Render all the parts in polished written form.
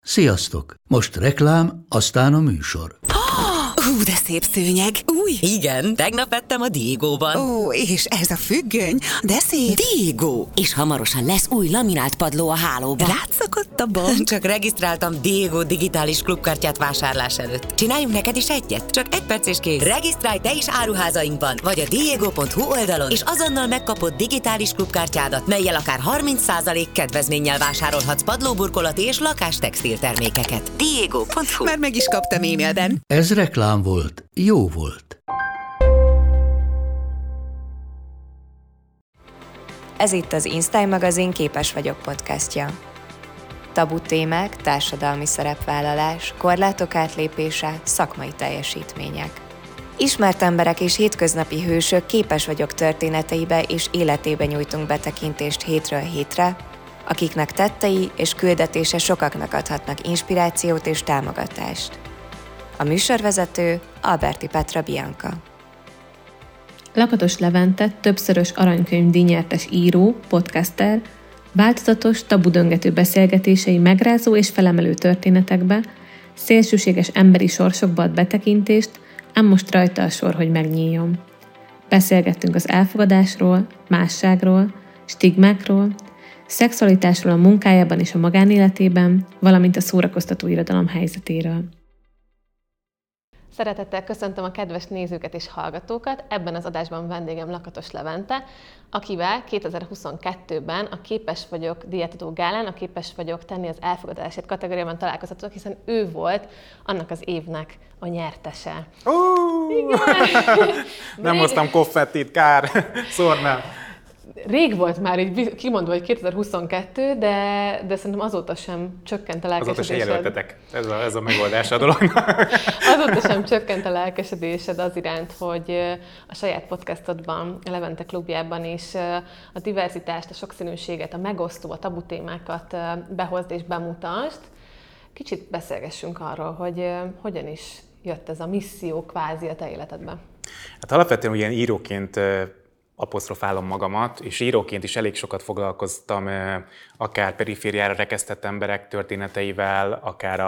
Sziasztok! Most reklám, aztán a műsor. Hú, de szép szőnyeg. Új. Igen, tegnap vettem a Diegóban. Ó, és ez a függöny, de szép. Diegó! És hamarosan lesz új laminált padló a hálóban. Rátszakott a bank. Csak regisztráltam Diegó digitális klubkártyát vásárlás előtt. Csináljunk neked is egyet? Csak egy perc és kész. Regisztrálj te is áruházainkban, vagy a diego.hu oldalon, és azonnal megkapod digitális klubkártyádat, mellyel akár 30% kedvezménnyel vásárolhatsz padlóburkolati és lakástextil termékeket. Diego.hu. Már meg is kaptam e-mailben. Ez reklám volt, jó volt. Ez itt az InStyle magazin Képes vagyok podcastja. Tabu témák, társadalmi szerepvállalás, korlátok átlépése, szakmai teljesítmények. Ismert emberek és hétköznapi hősök Képes vagyok történeteibe és életébe nyújtunk betekintést hétről hétre, akiknek tettei és küldetése sokaknak adhatnak inspirációt és támogatást. A műsorvezető Alberti Petra Bianca. Lakatos Levente többszörös aranykönyv-díjnyertes író, podcaster, változatos, tabudöngető beszélgetései megrázó és felemelő történetekbe, szélsőséges emberi sorsokba ad betekintést, ám most rajta a sor, hogy megnyíljon. Beszélgettünk az elfogadásról, másságról, stigmákról, szexualitásról a munkájában és a magánéletében, valamint a szórakoztató irodalom helyzetéről. Szeretettel köszöntöm a kedves nézőket és hallgatókat. Ebben az adásban vendégem Lakatos Levente, akivel 2022-ben a Képes vagyok díjátadó gálán, a Képes vagyok tenni az elfogadásért kategóriában találkozhatok, hiszen ő volt annak az évnek a nyertese. Nem hoztam konfettit, kár, szórnám. Rég volt már így kimondva, hogy 2022, de szerintem azóta sem csökkent a lelkesedésed. Azóta sem jelöltetek. Ez a megoldás a dolognak. Azóta sem csökkent a lelkesedésed az iránt, hogy a saját podcastodban, a Levente klubjában is a diverzitást, a sokszínűséget, a megosztó, a tabu témákat behozd és bemutasd. Kicsit beszélgessünk arról, hogy hogyan is jött ez a misszió kvázi a te életedben. Hát alapvetően ilyen íróként apostrofálom magamat, és íróként is elég sokat foglalkoztam akár perifériára rekesztett emberek történeteivel, akár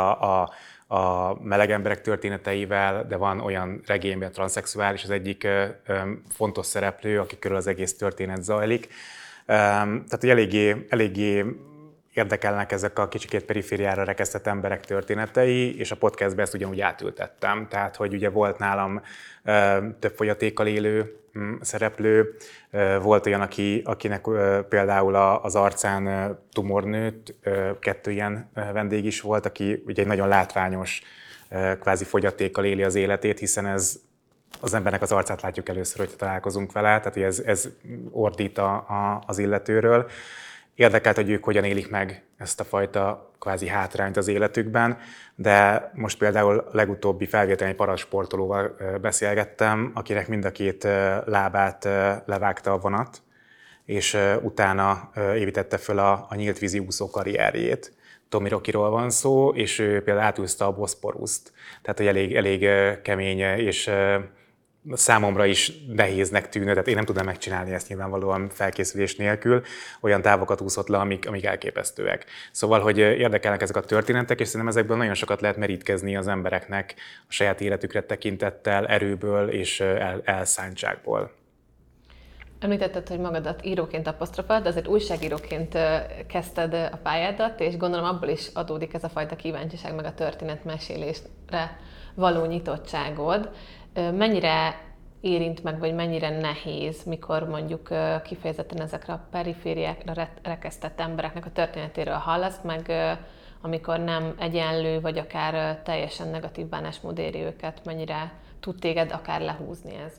a meleg emberek történeteivel, de van olyan regényben transzexuális, az egyik fontos szereplő, aki körül az egész történet zajlik. Tehát, hogy eléggé érdekelnek ezek a kicsikét perifériára rekesztett emberek történetei, és a podcastben ezt ugyanúgy átültettem. Tehát, hogy ugye volt nálam több fogyatékkal élő szereplő, volt olyan, akinek például az arcán tumor nőtt, 2 ilyen vendég is volt, aki ugye egy nagyon látványos kvázi fogyatékkal éli az életét, hiszen ez az embernek az arcát látjuk először, hogy találkozunk vele, tehát hogy ez ordít az illetőről. Érdekelt, hogy ők hogyan élik meg ezt a fajta kvázi hátrányt az életükben, de most például a legutóbbi felvételen egy parasportolóval beszélgettem, akinek mind a 2 lábát levágta a vonat, és utána építette föl a nyílt vízi úszó karrierjét. Tommy Rockyról van szó, és ő például átúszta a Boszporuszt. Tehát, hogy elég kemény és számomra is nehéznek tűnő, tehát én nem tudnám megcsinálni ezt nyilvánvalóan felkészülés nélkül, olyan távokat úszott le, amik elképesztőek. Szóval, hogy érdekelnek ezek a történetek, és szerintem ezekből nagyon sokat lehet merítkezni az embereknek a saját életükre tekintettel, erőből és elszántságból. Említetted, hogy magadat íróként apostrofáld, de azért újságíróként kezdted a pályádat, és gondolom abból is adódik ez a fajta kíváncsiság, meg a történetmesélésre való nyitottságod. Mennyire érint meg, vagy mennyire nehéz, mikor mondjuk kifejezetten ezekre a perifériákra rekesztett embereknek a történetéről hallasz, meg amikor nem egyenlő, vagy akár teljesen negatív bánásmód éri őket, mennyire tud téged akár lehúzni ez?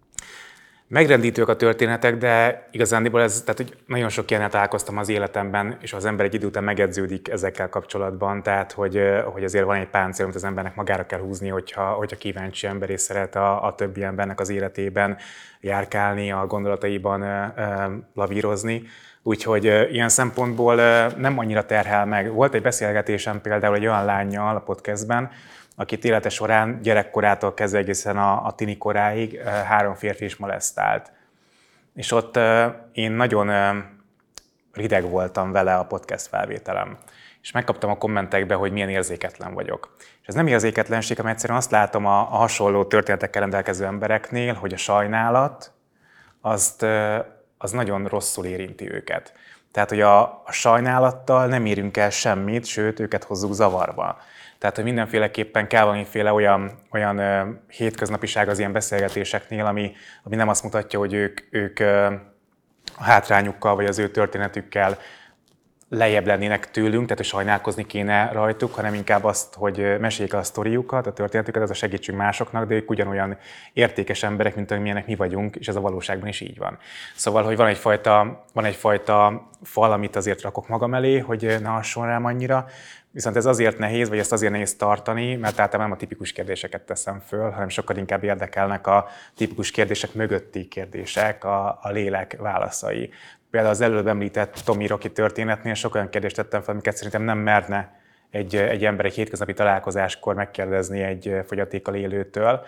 Megrendítők a történetek, de igazándiból tehát, hogy nagyon sok ilyennel találkoztam az életemben, és az ember egy idő után megedződik ezekkel kapcsolatban, tehát hogy azért van egy páncél, amit az embernek magára kell húzni, hogyha kíváncsi ember és szeret a többi embernek az életében járkálni, a gondolataiban lavírozni. Úgyhogy ilyen szempontból nem annyira terhel meg. Volt egy beszélgetésem például egy olyan lánnyal a podcastben, akit élete során gyerekkorától kezdve egészen a tini koráig 3 férfi is molesztált. És ott én nagyon rideg voltam vele a podcast felvételem. és megkaptam a kommentekbe, hogy milyen érzéketlen vagyok. És ez nem érzéketlenség, hanem egyszerűen azt látom a hasonló történetekkel rendelkező embereknél, hogy a sajnálat az nagyon rosszul érinti őket. Tehát, hogy a sajnálattal nem érünk el semmit, sőt, őket hozzuk zavarba. Tehát, hogy mindenféleképpen kell valamiféle olyan hétköznapiság az ilyen beszélgetéseknél, ami nem azt mutatja, hogy ők a hátrányukkal vagy az ő történetükkel lejjebb lennének tőlünk, tehát hogy sajnálkozni kéne rajtuk, hanem inkább azt, hogy meséljék el a sztoriukat, a történetüket, az a segítsünk másoknak, de ők ugyanolyan értékes emberek, mint amilyenek mi vagyunk, és ez a valóságban is így van. Szóval, hogy van egyfajta fal, amit azért rakok magam elé, hogy ne hasson rám annyira, viszont ez azért nehéz, vagy ezt azért nehéz tartani, mert általában nem a tipikus kérdéseket teszem föl, hanem sokkal inkább érdekelnek a tipikus kérdések mögötti kérdések, a lélek válaszai. Például az előbb említett Tomi Rocky történetnél sok olyan kérdést tettem fel, amiket szerintem nem merne egy ember egy hétköznapi találkozáskor megkérdezni egy fogyatékkal élőtől,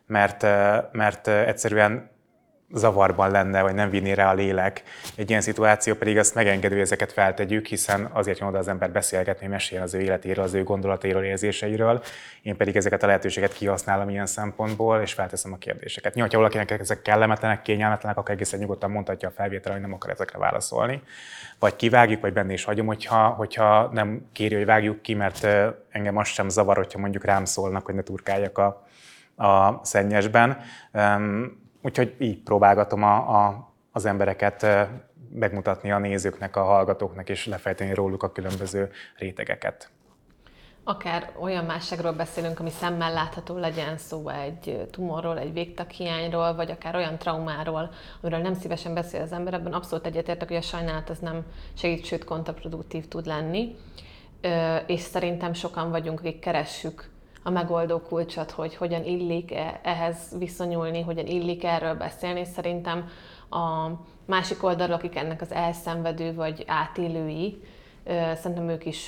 mert egyszerűen zavarban lenne, vagy nem vinné rá a lélek. Egy ilyen szituáció pedig azt megengedő, hogy ezeket feltegyük, hiszen azért jön oda az ember beszélgetni, meséljen az ő életéről, az ő gondolatairól, érzéseiről. Én pedig ezeket a lehetőséget kihasználom ilyen szempontból, és felteszem a kérdéseket. Nyilván, ha valakinek ezek kellemetlenek, kényelmetlenek, akkor egészen nyugodtan mondhatja a felvételre, hogy nem akar ezekre válaszolni. Vagy kivágjuk, vagy benne is hagyom, hogyha nem kéri, hogy vágjuk ki, mert engem az sem zavar, hogyha mondjuk rám szólnak, hogy ne turkáljak a szennyesben. Úgyhogy így próbálgatom az embereket megmutatni a nézőknek, a hallgatóknak, és lefejteni róluk a különböző rétegeket. Akár olyan másságról beszélünk, ami szemmel látható, legyen szó egy tumorról, egy végtaghiányról, vagy akár olyan traumáról, amiről nem szívesen beszél az ember, ebben abszolút egyetértek, hogy a sajnálat az nem segít, sőt kontraproduktív tud lenni. És szerintem sokan vagyunk, akik keressük a megoldó kulcsot, hogy hogyan illik ehhez viszonyulni, hogyan illik erről beszélni. Szerintem a másik oldalról, akik ennek az elszenvedő vagy átélői, szerintem ők is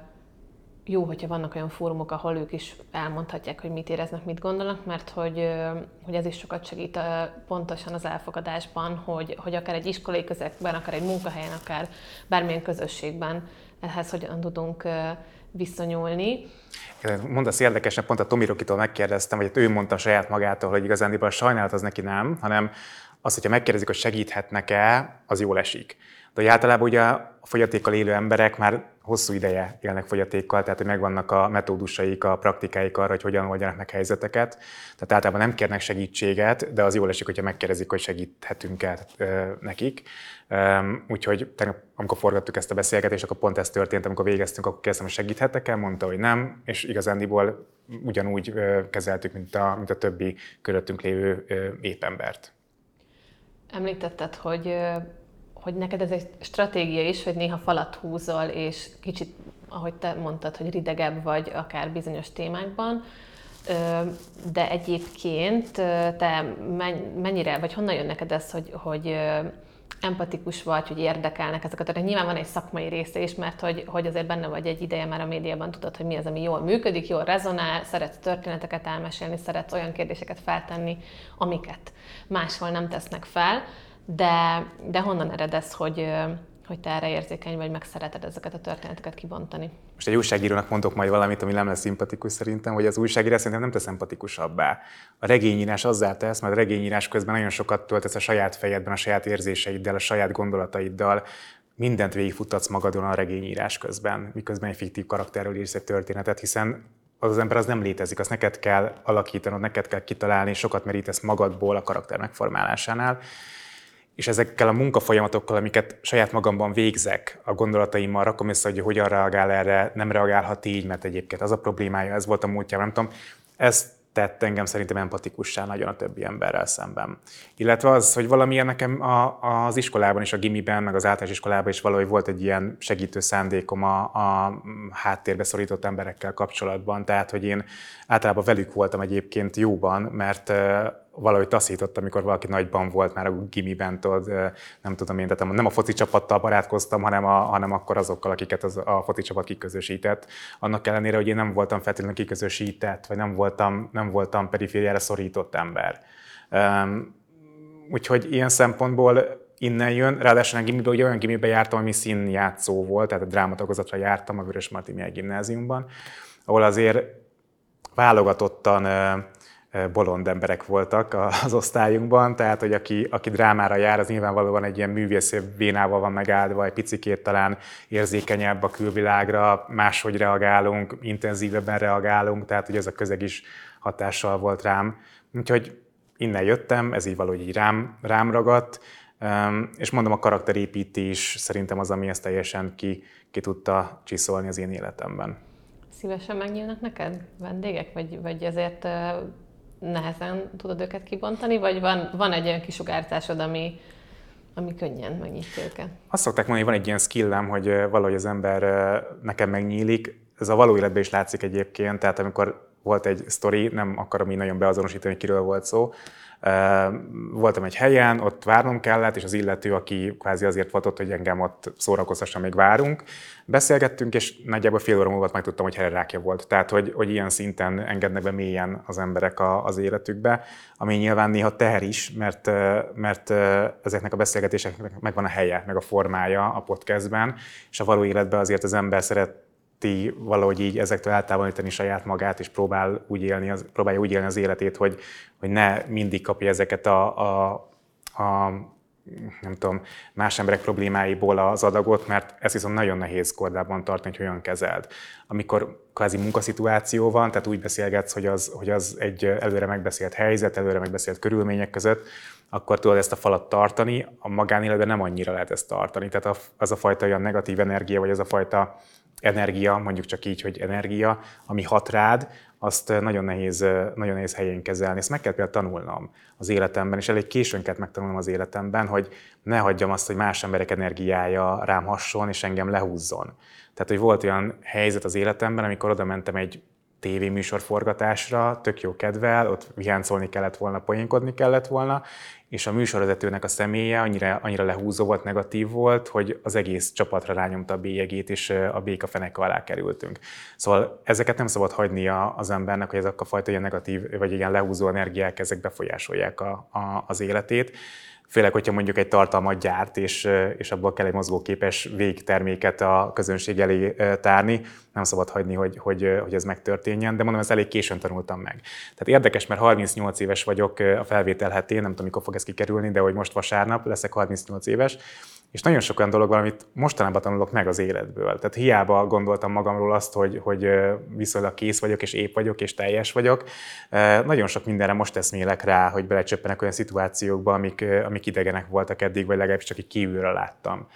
jó, hogyha vannak olyan fórumok, ahol ők is elmondhatják, hogy mit éreznek, mit gondolnak, mert hogy ez is sokat segít pontosan az elfogadásban, hogy akár egy iskolai közegben, akár egy munkahelyen, akár bármilyen közösségben ehhez hogyan tudunk viszonyulni. Mondasz érdekesen, pont a Tomi Rockitól megkérdeztem, vagy ő mondta saját magától, hogy igazándiból a sajnálat az neki nem, hanem az, hogyha megkérdezik, hogy segíthetnek-e, az jól esik. De hogy általában ugye a fogyatékkal élő emberek már hosszú ideje élnek fogyatékkal, tehát hogy megvannak a metódusaik, a praktikáik arra, hogy hogyan oldjanak meg helyzeteket. Tehát általában nem kérnek segítséget, de az jól esik, hogyha megkérdezik, hogy segíthetünk-e nekik. Úgyhogy amikor forgattuk ezt a beszélgetést, akkor pont ez történt, amikor végeztünk, akkor kérdeztem, hogy segíthetek-e, mondta, hogy nem, és igazándiból ugyanúgy kezeltük, mint a többi körülöttünk lévő épp embert. Említetted, hogy neked ez egy stratégia is, hogy néha falat húzol, és kicsit, ahogy te mondtad, hogy ridegebb vagy akár bizonyos témákban, de egyébként te mennyire, vagy honnan jön neked ez, hogy empatikus vagy, hogy érdekelnek ezeket. Tehát nyilván van egy szakmai része is, mert hogy azért benne vagy egy ideje már a médiában, tudod, hogy mi az, ami jól működik, jól rezonál, szeretsz történeteket elmesélni, szeretsz olyan kérdéseket feltenni, amiket máshol nem tesznek fel, de honnan ered ez, hogy te erre érzékeny vagy, meg szereted ezeket a történeteket kibontani? Most egy újságírónak mondok majd valamit, ami nem lesz szimpatikus szerintem, hogy az újságírás szerintem nem tesz empatikusabbá. A regényírás azzá tesz, mert a regényírás közben nagyon sokat töltesz a saját fejedben, a saját érzéseiddel, a saját gondolataiddal, mindent végigfuttatsz magadon a regényírás közben, miközben egy fiktív karakterről írsz egy történetet, hiszen az ember az nem létezik, azt neked kell alakítanod, neked kell kitalálni, sokat merítesz magadból a karakter megformálásánál. És ezekkel a munkafolyamatokkal, amiket saját magamban végzek, a gondolataimmal rakom össze, hogy hogyan reagál erre, nem reagálhat így, mert egyébként az a problémája, ez volt a múltjában, nem tudom. Ez tett engem szerintem empatikussá nagyon a többi emberrel szemben. Illetve az, hogy valamilyen nekem az iskolában is, a gimiben, meg az általános iskolában is valahogy volt egy ilyen segítő szándékom a háttérbe szorított emberekkel kapcsolatban. Tehát, hogy én általában velük voltam egyébként jóban, mert valahogy taszított, amikor valaki nagyban volt már a gimiben, nem tudom én, tehát nem a foci csapattal barátkoztam, hanem akkor azokkal, akiket a foci csapat kiközösített. Annak ellenére, hogy én nem voltam feltétlenül kiközösített, vagy nem voltam perifériára szorított ember. Úgyhogy ilyen szempontból innen jön. Ráadásul ugye olyan gimiben jártam, ami színjátszó volt, tehát a drámatagozatra jártam a Vörösmarty Gimnáziumban, ahol azért válogatottan bolond emberek voltak az osztályunkban, tehát hogy aki drámára jár, az nyilvánvalóan egy ilyen művész vénával van megáldva, egy picikét talán érzékenyebb a külvilágra, máshogy reagálunk, intenzívebben reagálunk, tehát hogy ez a közeg is hatással volt rám. Úgyhogy innen jöttem, ez így valahogy így rám ragadt, és mondom, a karakterépítés szerintem az, ami ezt teljesen ki tudta csiszolni az én életemben. Szívesen megnyílnak neked vendégek, vagy ezért nehezen tudod őket kibontani, vagy van egy olyan kisugárzásod, ami könnyen megnyitja őket? Azt szokták mondani, hogy van egy ilyen skillem, hogy valahogy az ember nekem megnyílik. Ez a való életben is látszik egyébként, tehát amikor volt egy sztori, nem akarom így nagyon beazonosítani, hogy kiről volt szó. Voltam egy helyen, ott várnom kellett, és az illető, aki kvázi azért volt ott, hogy engem ott szórakoztasson, még várunk. Beszélgettünk, és nagyjából fél óra múlva megtudtam, hogy hererákja volt. Tehát, hogy ilyen szinten engednek be mélyen az emberek az életükbe, ami nyilván néha teher is, mert ezeknek a beszélgetéseknek megvan a helye, meg a formája a podcastben, és a való életben azért az ember valahogy így ezektől eltávolítani saját magát, és próbálja úgy élni az életét, hogy ne mindig kapja ezeket nem tudom, más emberek problémáiból az adagot, mert ezt viszont nagyon nehéz kordában tartani, hogy hogyan kezeld. Amikor kvázi munkaszituáció van, tehát úgy beszélgetsz, hogy az egy előre megbeszélt helyzet, előre megbeszélt körülmények között, akkor tudod ezt a falat tartani, a magánéletben nem annyira lehet ezt tartani. Tehát az a fajta olyan negatív energia, vagy az a fajta energia, mondjuk csak így, hogy energia, ami hat rád, azt nagyon nehéz helyén kezelni. Ezt meg kell például tanulnom az életemben, és elég későn kellett megtanulnom az életemben, hogy ne hagyjam azt, hogy más emberek energiája rám hasson, és engem lehúzzon. Tehát, hogy volt olyan helyzet az életemben, amikor oda mentem egy tévéműsor forgatásra, tök jó kedvel, ott viháncolni kellett volna, poénkodni kellett volna, és a műsorvezetőnek a személye annyira lehúzó volt, negatív volt, hogy az egész csapatra rányomta a bélyegét, és a béka feneke alá kerültünk. Szóval ezeket nem szabad hagynia az embernek, hogy ezek a fajta ilyen negatív, vagy ilyen lehúzó energiák, ezek befolyásolják az életét. Főleg, hogyha mondjuk egy tartalmat gyárt, és abból kell egy mozgóképes végterméket a közönség elé tárni, nem szabad hagyni, hogy ez megtörténjen, de mondom, ezt elég későn tanultam meg. Tehát érdekes, mert 38 éves vagyok a felvétel hetén, nem tudom, mikor fog ez kikerülni, de hogy most vasárnap leszek 38 éves, és nagyon sok olyan dolog van, amit mostanában tanulok meg az életből. Tehát hiába gondoltam magamról azt, hogy viszonylag kész vagyok, és épp vagyok, és teljes vagyok. Nagyon sok mindenre most eszmélek rá, hogy belecsöppenek olyan szituációkba, amik idegenek voltak eddig, vagy legalábbis csak így kívülről láttam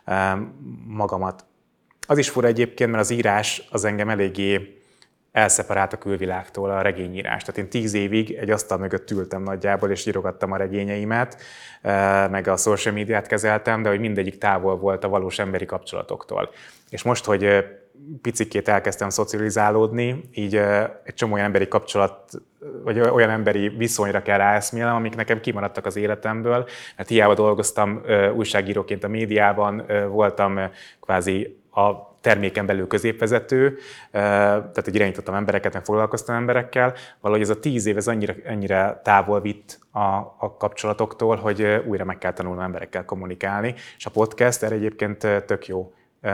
magamat. Az is fura egyébként, mert az írás az engem eléggé elszeparált a külvilágtól, a regényírás. Tehát én 10 évig egy asztal mögött ültem nagyjából, és írogattam a regényeimet, meg a social médiát kezeltem, de hogy mindegyik távol volt a valós emberi kapcsolatoktól. És most, hogy picikét elkezdtem szocializálódni, így egy csomó olyan emberi kapcsolat, vagy olyan emberi viszonyra kell ráeszmélnem, amik nekem kimaradtak az életemből, mert hiába dolgoztam újságíróként a médiában, voltam kvázi a terméken belül középvezető, tehát hogy irányítottam embereket, meg foglalkoztam emberekkel, valahogy ez a 10 év ez annyira távol vitt a kapcsolatoktól, hogy újra meg kell tanulnom emberekkel kommunikálni, és a podcast erre egyébként tök jó.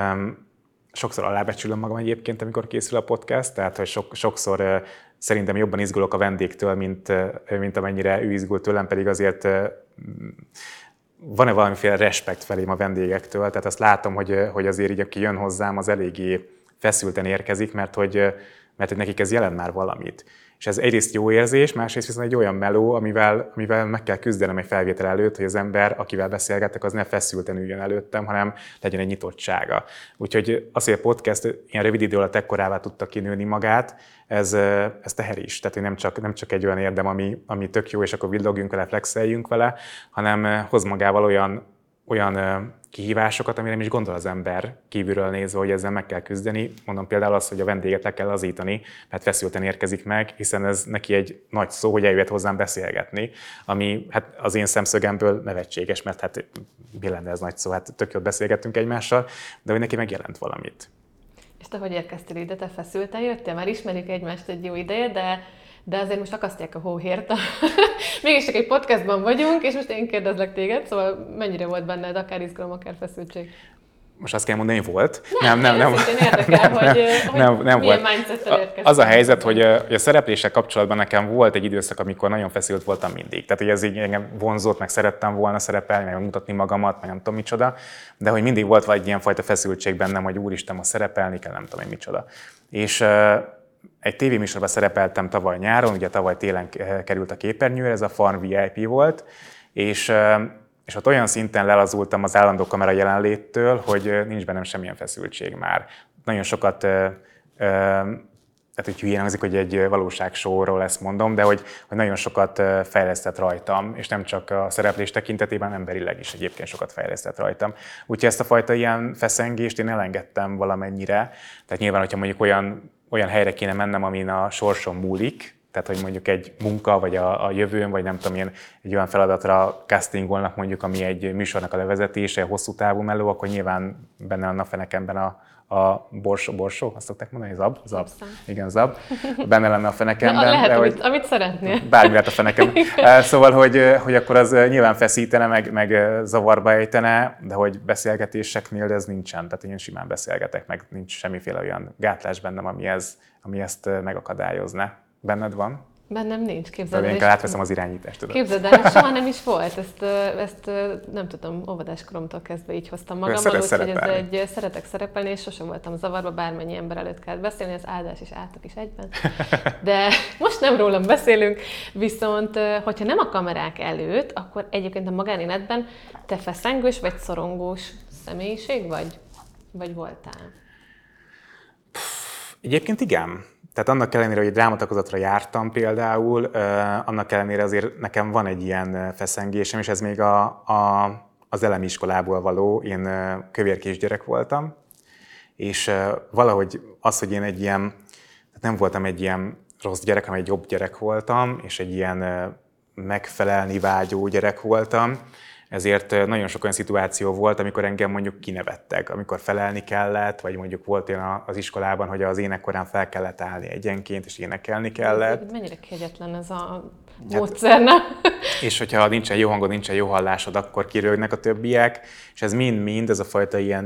Sokszor alábecsülöm magam egyébként, amikor készül a podcast, tehát hogy sokszor szerintem jobban izgulok a vendégtől, mint amennyire ő izgul tőlem, pedig azért van-e valamiféle respekt felém a vendégektől, tehát azt látom, hogy azért így, aki jön hozzám, az eléggé feszülten érkezik, mert hogy nekik ez jelent már valamit. És ez egyrészt jó érzés, másrészt viszont egy olyan meló, amivel meg kell küzdenem egy felvétel előtt, hogy az ember, akivel beszélgetek, az ne feszülten üljön előttem, hanem legyen egy nyitottsága. Úgyhogy az, hogy a podcast ilyen rövid idő alatt ekkorává tudta kinőni magát, ez teher is. Tehát, hogy nem csak egy olyan érdem, ami tök jó, és akkor villogjunk vele, flexeljünk vele, hanem hoz magával olyan kihívásokat, amire nem is gondol az ember kívülről nézve, hogy ezzel meg kell küzdeni. Mondom például azt, hogy a vendéget le kell lazítani, mert feszülten érkezik meg, hiszen ez neki egy nagy szó, hogy eljöhet hozzám beszélgetni, ami hát az én szemszögemből nevetséges, mert hát mi lenne ez nagy szó, hát tök jót beszélgettünk egymással, de hogy neki megjelent valamit. És te hogy érkeztél ide? Te feszülten jöttél? Már ismerjük egymást egy jó ideje, de de azért most akasztják a hóhért. Mégis csak egy podcastban vagyunk, és most én kérdezlek téged, szóval mennyire volt benned akár izgalom, akár feszültség? Most azt kell mondani, hogy volt? Nem érdekel, hogy milyen mindsettel érkeztem. Az a helyzet, hogy a szerepléssel kapcsolatban nekem volt egy időszak, amikor nagyon feszült voltam mindig. Tehát, hogy ez így engem vonzott, meg szerettem volna szerepelni, meg mutatni magamat, meg nem tudom micsoda, de hogy mindig volt egy ilyen fajta feszültség bennem, hogy úristen, most szerepelni kell, nem tudom én micsoda. És egy tévéműsorban szerepeltem tavaly nyáron, ugye tavaly télen került a képernyőre, ez a Farm VIP volt, és ott olyan szinten lelazultam az állandó kamera jelenléttől, hogy nincs bennem semmilyen feszültség már. Nagyon sokat, tehát hogy hülyén hangzik, hogy egy valóságsóról ezt mondom, de hogy nagyon sokat fejlesztett rajtam, és nem csak a szereplés tekintetében, emberileg is egyébként sokat fejlesztett rajtam. Úgyhogy ezt a fajta ilyen feszengést én elengedtem valamennyire. Tehát nyilván, hogyha mondjuk olyan helyre kéne mennem, amin a sorsom múlik, tehát, hogy mondjuk egy munka, vagy a jövőn, vagy nem tudom, ilyen, egy olyan feladatra castingolnak mondjuk, ami egy műsornak a levezetése, hosszú távú meló, akkor nyilván benne a napfenekemben a borsó, azt szokták mondani, zab. Igen, zab. Benne lenne a fenekemben. Lehet, de, amit szeretnél. Bármi lehet a fenekem. Szóval, hogy akkor az nyilván feszítene, meg zavarba ejtene, de hogy beszélgetéseknél de ez nincsen. Tehát én simán beszélgetek, meg nincs semmiféle olyan gátlás bennem, ami ezt megakadályozna. Benned van? Bennem nincs, képzeld el. Én átveszem az irányítást, tudod. Képzeld el, soha nem is volt. Ezt nem tudom, óvodáskoromtól kezdve így hoztam magammal, úgyhogy szeretek szerepelni, és sosem voltam zavarba, bármennyi ember előtt kellett beszélni, az áldás és átok is egyben. De most nem rólam beszélünk, viszont hogyha nem a kamerák előtt, akkor egyébként a magánéletben te feszengős vagy szorongós személyiség vagy voltál? Egyébként igen. Tehát annak ellenére, hogy drámatakozatra jártam például, annak ellenére azért nekem van egy ilyen feszengésem, és ez még az elemi iskolából való. Én kövér kisgyerek voltam, és valahogy az, hogy én egy ilyen, tehát nem voltam egy ilyen rossz gyerek, hanem egy jobb gyerek voltam, és egy ilyen megfelelni vágyó gyerek voltam, ezért nagyon sok olyan szituáció volt, amikor engem mondjuk kinevettek, amikor felelni kellett, vagy mondjuk volt olyan az iskolában, hogy az énekkorán fel kellett állni egyenként, és énekelni kellett. Ez mennyire kegyetlen ez a módszer, nem? És hogyha nincsen jó hangod, nincsen jó hallásod, akkor kirögnek a többiek, és ez mind-mind, ez a fajta ilyen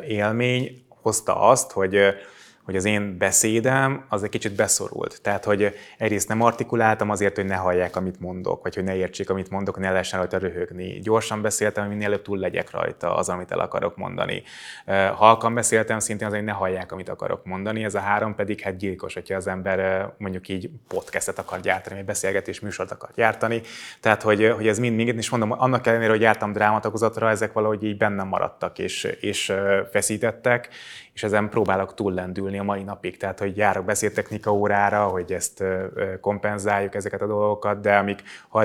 élmény hozta azt, hogy az én beszédem az egy kicsit beszorult. Tehát, hogy egyrészt nem artikuláltam azért, hogy ne hallják, amit mondok, vagy hogy ne értsék, amit mondok, ne lehessen rajta röhögni. Gyorsan beszéltem, hogy minél előbb túl legyek rajta az, amit el akarok mondani. Halkan beszéltem szintén azért, hogy ne hallják, amit akarok mondani. Ez a három pedig hát gyilkos, hogyha az ember mondjuk így podcastet akar gyártani, vagy beszélgetés műsort akar gyártani. Tehát, hogy ez mind, és mondom, annak ellenére, hogy jártam drámatakozatra, ezek valahogy így bennem maradtak és feszítettek, és ezen próbálok túllendülni a mai napig. Tehát, hogy járok beszédtechnika órára, hogy ezt kompenzáljuk ezeket a dolgokat, de amik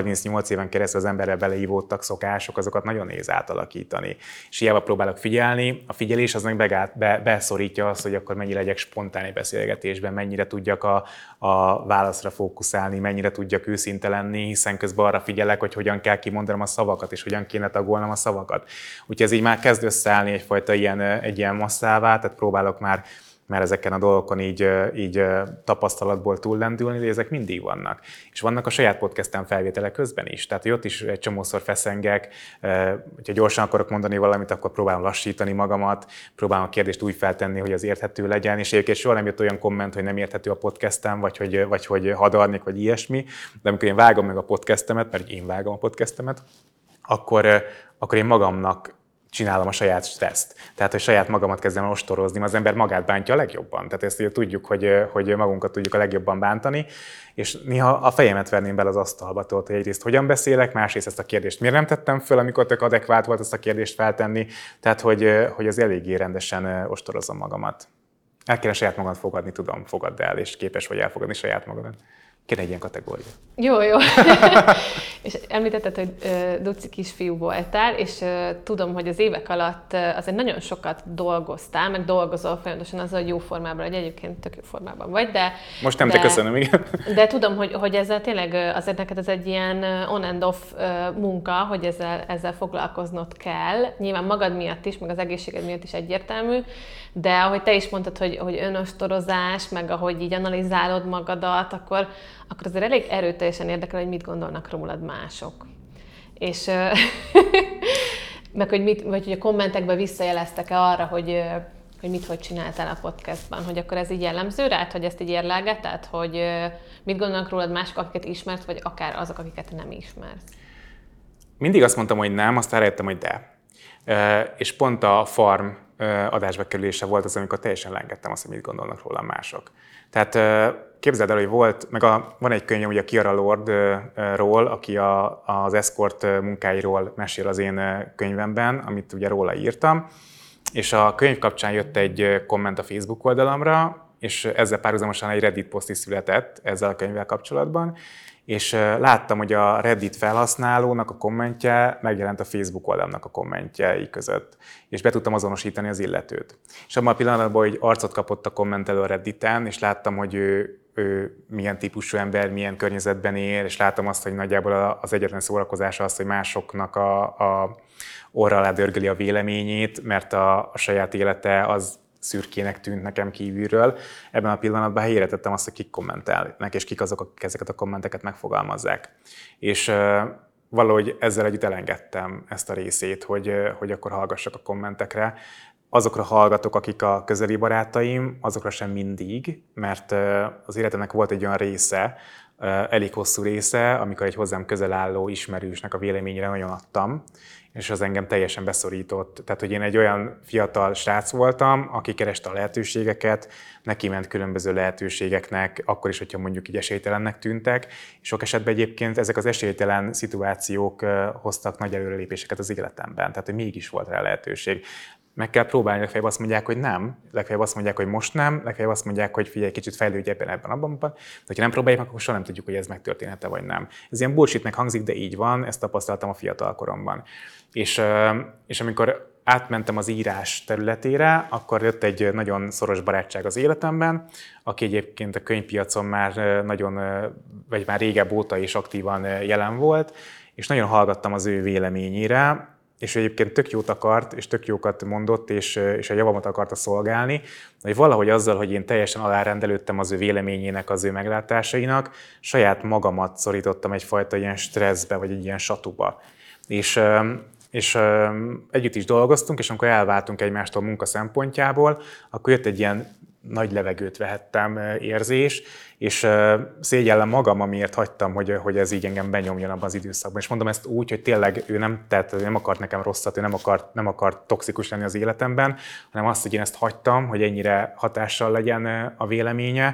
38 éven keresztül az emberrel beleívódtak szokások, azokat nagyon nehéz átalakítani. És hiába próbálok figyelni, a figyelés az meg beszorítja azt, hogy akkor mennyire legyek spontán egy beszélgetésben, mennyire tudjak a válaszra fókuszálni, mennyire tudjak őszinte lenni, hiszen közben arra figyelek, hogy hogyan kell kimondanom a szavakat, és hogyan kéne tagolnom a szavakat. Úgyhogy ez így már kezd összeállni egyfajta egy ilyen masszává, tehát próbálok már ezeken a dolgokon így tapasztalatból túllendülni, de ezek mindig vannak. És vannak a saját podcastem felvételek közben is. Tehát, hogy ott is egy csomószor feszengek, hogyha gyorsan akarok mondani valamit, akkor próbálom lassítani magamat, próbálom a kérdést úgy feltenni, hogy az érthető legyen, és egyébként soha nem jött olyan komment, hogy nem érthető a podcastem, vagy hogy hadarnék, vagy ilyesmi, de amikor én vágom meg a podcastemet, mert én vágom a podcastemet, akkor én magamnak csinálom a saját stresszt. Tehát, hogy saját magamat kezdem el ostorozni, az ember magát bántja a legjobban. Tehát ezt ugye tudjuk, hogy magunkat tudjuk a legjobban bántani, és néha a fejemet verném bele az asztalba, tudod, hogy egyrészt hogyan beszélek, másrészt ezt a kérdést miért nem tettem föl, amikor tök adekvát volt ezt a kérdést feltenni. Tehát, hogy az eléggé rendesen ostorozom magamat. El kéne saját magamat fogadni, tudom, fogadd el, és képes vagy elfogadni saját magadat. Kéne egy ilyen kategória. Jó. És említetted, hogy duci kisfiú voltál, és tudom, hogy az évek alatt azért nagyon sokat dolgoztál, meg dolgozol folyamatosan azzal, hogy jó formában vagy, egyébként tök jó formában vagy, de... Most nem, te köszönöm, igen. De tudom, hogy ezzel tényleg azért neked ez egy ilyen on and off munka, hogy ezzel foglalkoznod kell. Nyilván magad miatt is, meg az egészséged miatt is egyértelmű, de ahogy te is mondtad, hogy önostorozás, meg ahogy így analizálod magadat, akkor akkor azért elég erőteljesen érdekel, hogy mit gondolnak rólad mások. És meg hogy a kommentekben visszajeleztek-e arra, hogy hogy csináltál a podcastban, hogy akkor ez így jellemző rád, hogy ezt így érlelgeted, hogy mit gondolnak rólad mások, akiket ismersz, vagy akár azok, akiket nem ismersz? Mindig azt mondtam, hogy nem, aztán rájöttem, hogy de. És pont a Farm adásba kerülése volt az, amikor teljesen leengedtem azt, hogy mit gondolnak rólam mások. Tehát képzeld el, hogy van egy könyvem ugye a Kiara Lordról, aki az escort munkáiról mesél az én könyvemben, amit ugye róla írtam, és a könyv kapcsán jött egy komment a Facebook oldalamra, és ezzel párhuzamosan egy Reddit poszt is született ezzel a könyvvel kapcsolatban, és láttam, hogy a Reddit felhasználónak a kommentje megjelent a Facebook oldalamnak a kommentjei között, és be tudtam azonosítani az illetőt. És abban a pillanatban, hogy arcot kapott a kommentelő a Redditen, és láttam, hogy ő milyen típusú ember, milyen környezetben él, és láttam azt, hogy nagyjából az egyetlen szórakozása az, hogy másoknak a orra alá dörgöli a véleményét, mert a saját élete az szürkének tűnt nekem kívülről. Ebben a pillanatban helyére tettem azt, hogy kik kommentelnek, és kik azok, akik ezeket a kommenteket megfogalmazzák. És valahogy ezzel együtt elengedtem ezt a részét, hogy akkor hallgassak a kommentekre. Azokra hallgatok, akik a közeli barátaim, azokra sem mindig, mert az életemnek volt egy olyan része, elég hosszú része, amikor egy hozzám közel álló ismerősnek a véleményére nagyon adtam, és az engem teljesen beszorított. Tehát, hogy én egy olyan fiatal srác voltam, aki kereste a lehetőségeket, neki ment különböző lehetőségeknek, akkor is, hogyha mondjuk így esélytelennek tűntek. És sok esetben egyébként ezek az esélytelen szituációk hoztak nagy előrelépéseket az életemben. Tehát, hogy mégis volt rá lehetőség. Meg kell próbálni, legfeljebb azt mondják, hogy nem, legfeljebb azt mondják, hogy most nem, legfeljebb azt mondják, hogy figyelj, kicsit fejlődj ebben, abban. De ha nem próbáljuk, akkor soha nem tudjuk, hogy ez megtörténhet-e vagy nem. Ez ilyen bullshitnek hangzik, de így van, ezt tapasztaltam a fiatal koromban. És amikor átmentem az írás területére, akkor jött egy nagyon szoros barátság az életemben, aki egyébként a könyvpiacon már már régebb óta is aktívan jelen volt, és nagyon hallgattam az ő véleményére, és egyébként tök jót akart, és tök jókat mondott, és a javamat akarta szolgálni, hogy valahogy azzal, hogy én teljesen alárendelődtem az ő véleményének, az ő meglátásainak, saját magamat szorítottam egyfajta ilyen stresszbe, vagy egy ilyen satuba. És együtt is dolgoztunk, és amikor elváltunk egymástól munka szempontjából, akkor jött egy ilyen nagy levegőt vehettem érzés, és szégyellem magam, amiért hagytam, hogy ez így engem benyomjon abban az időszakban. És mondom ezt úgy, hogy tényleg ő nem akart nekem rosszat, ő nem akart toxikus lenni az életemben, hanem azt, hogy én ezt hagytam, hogy ennyire hatással legyen a véleménye,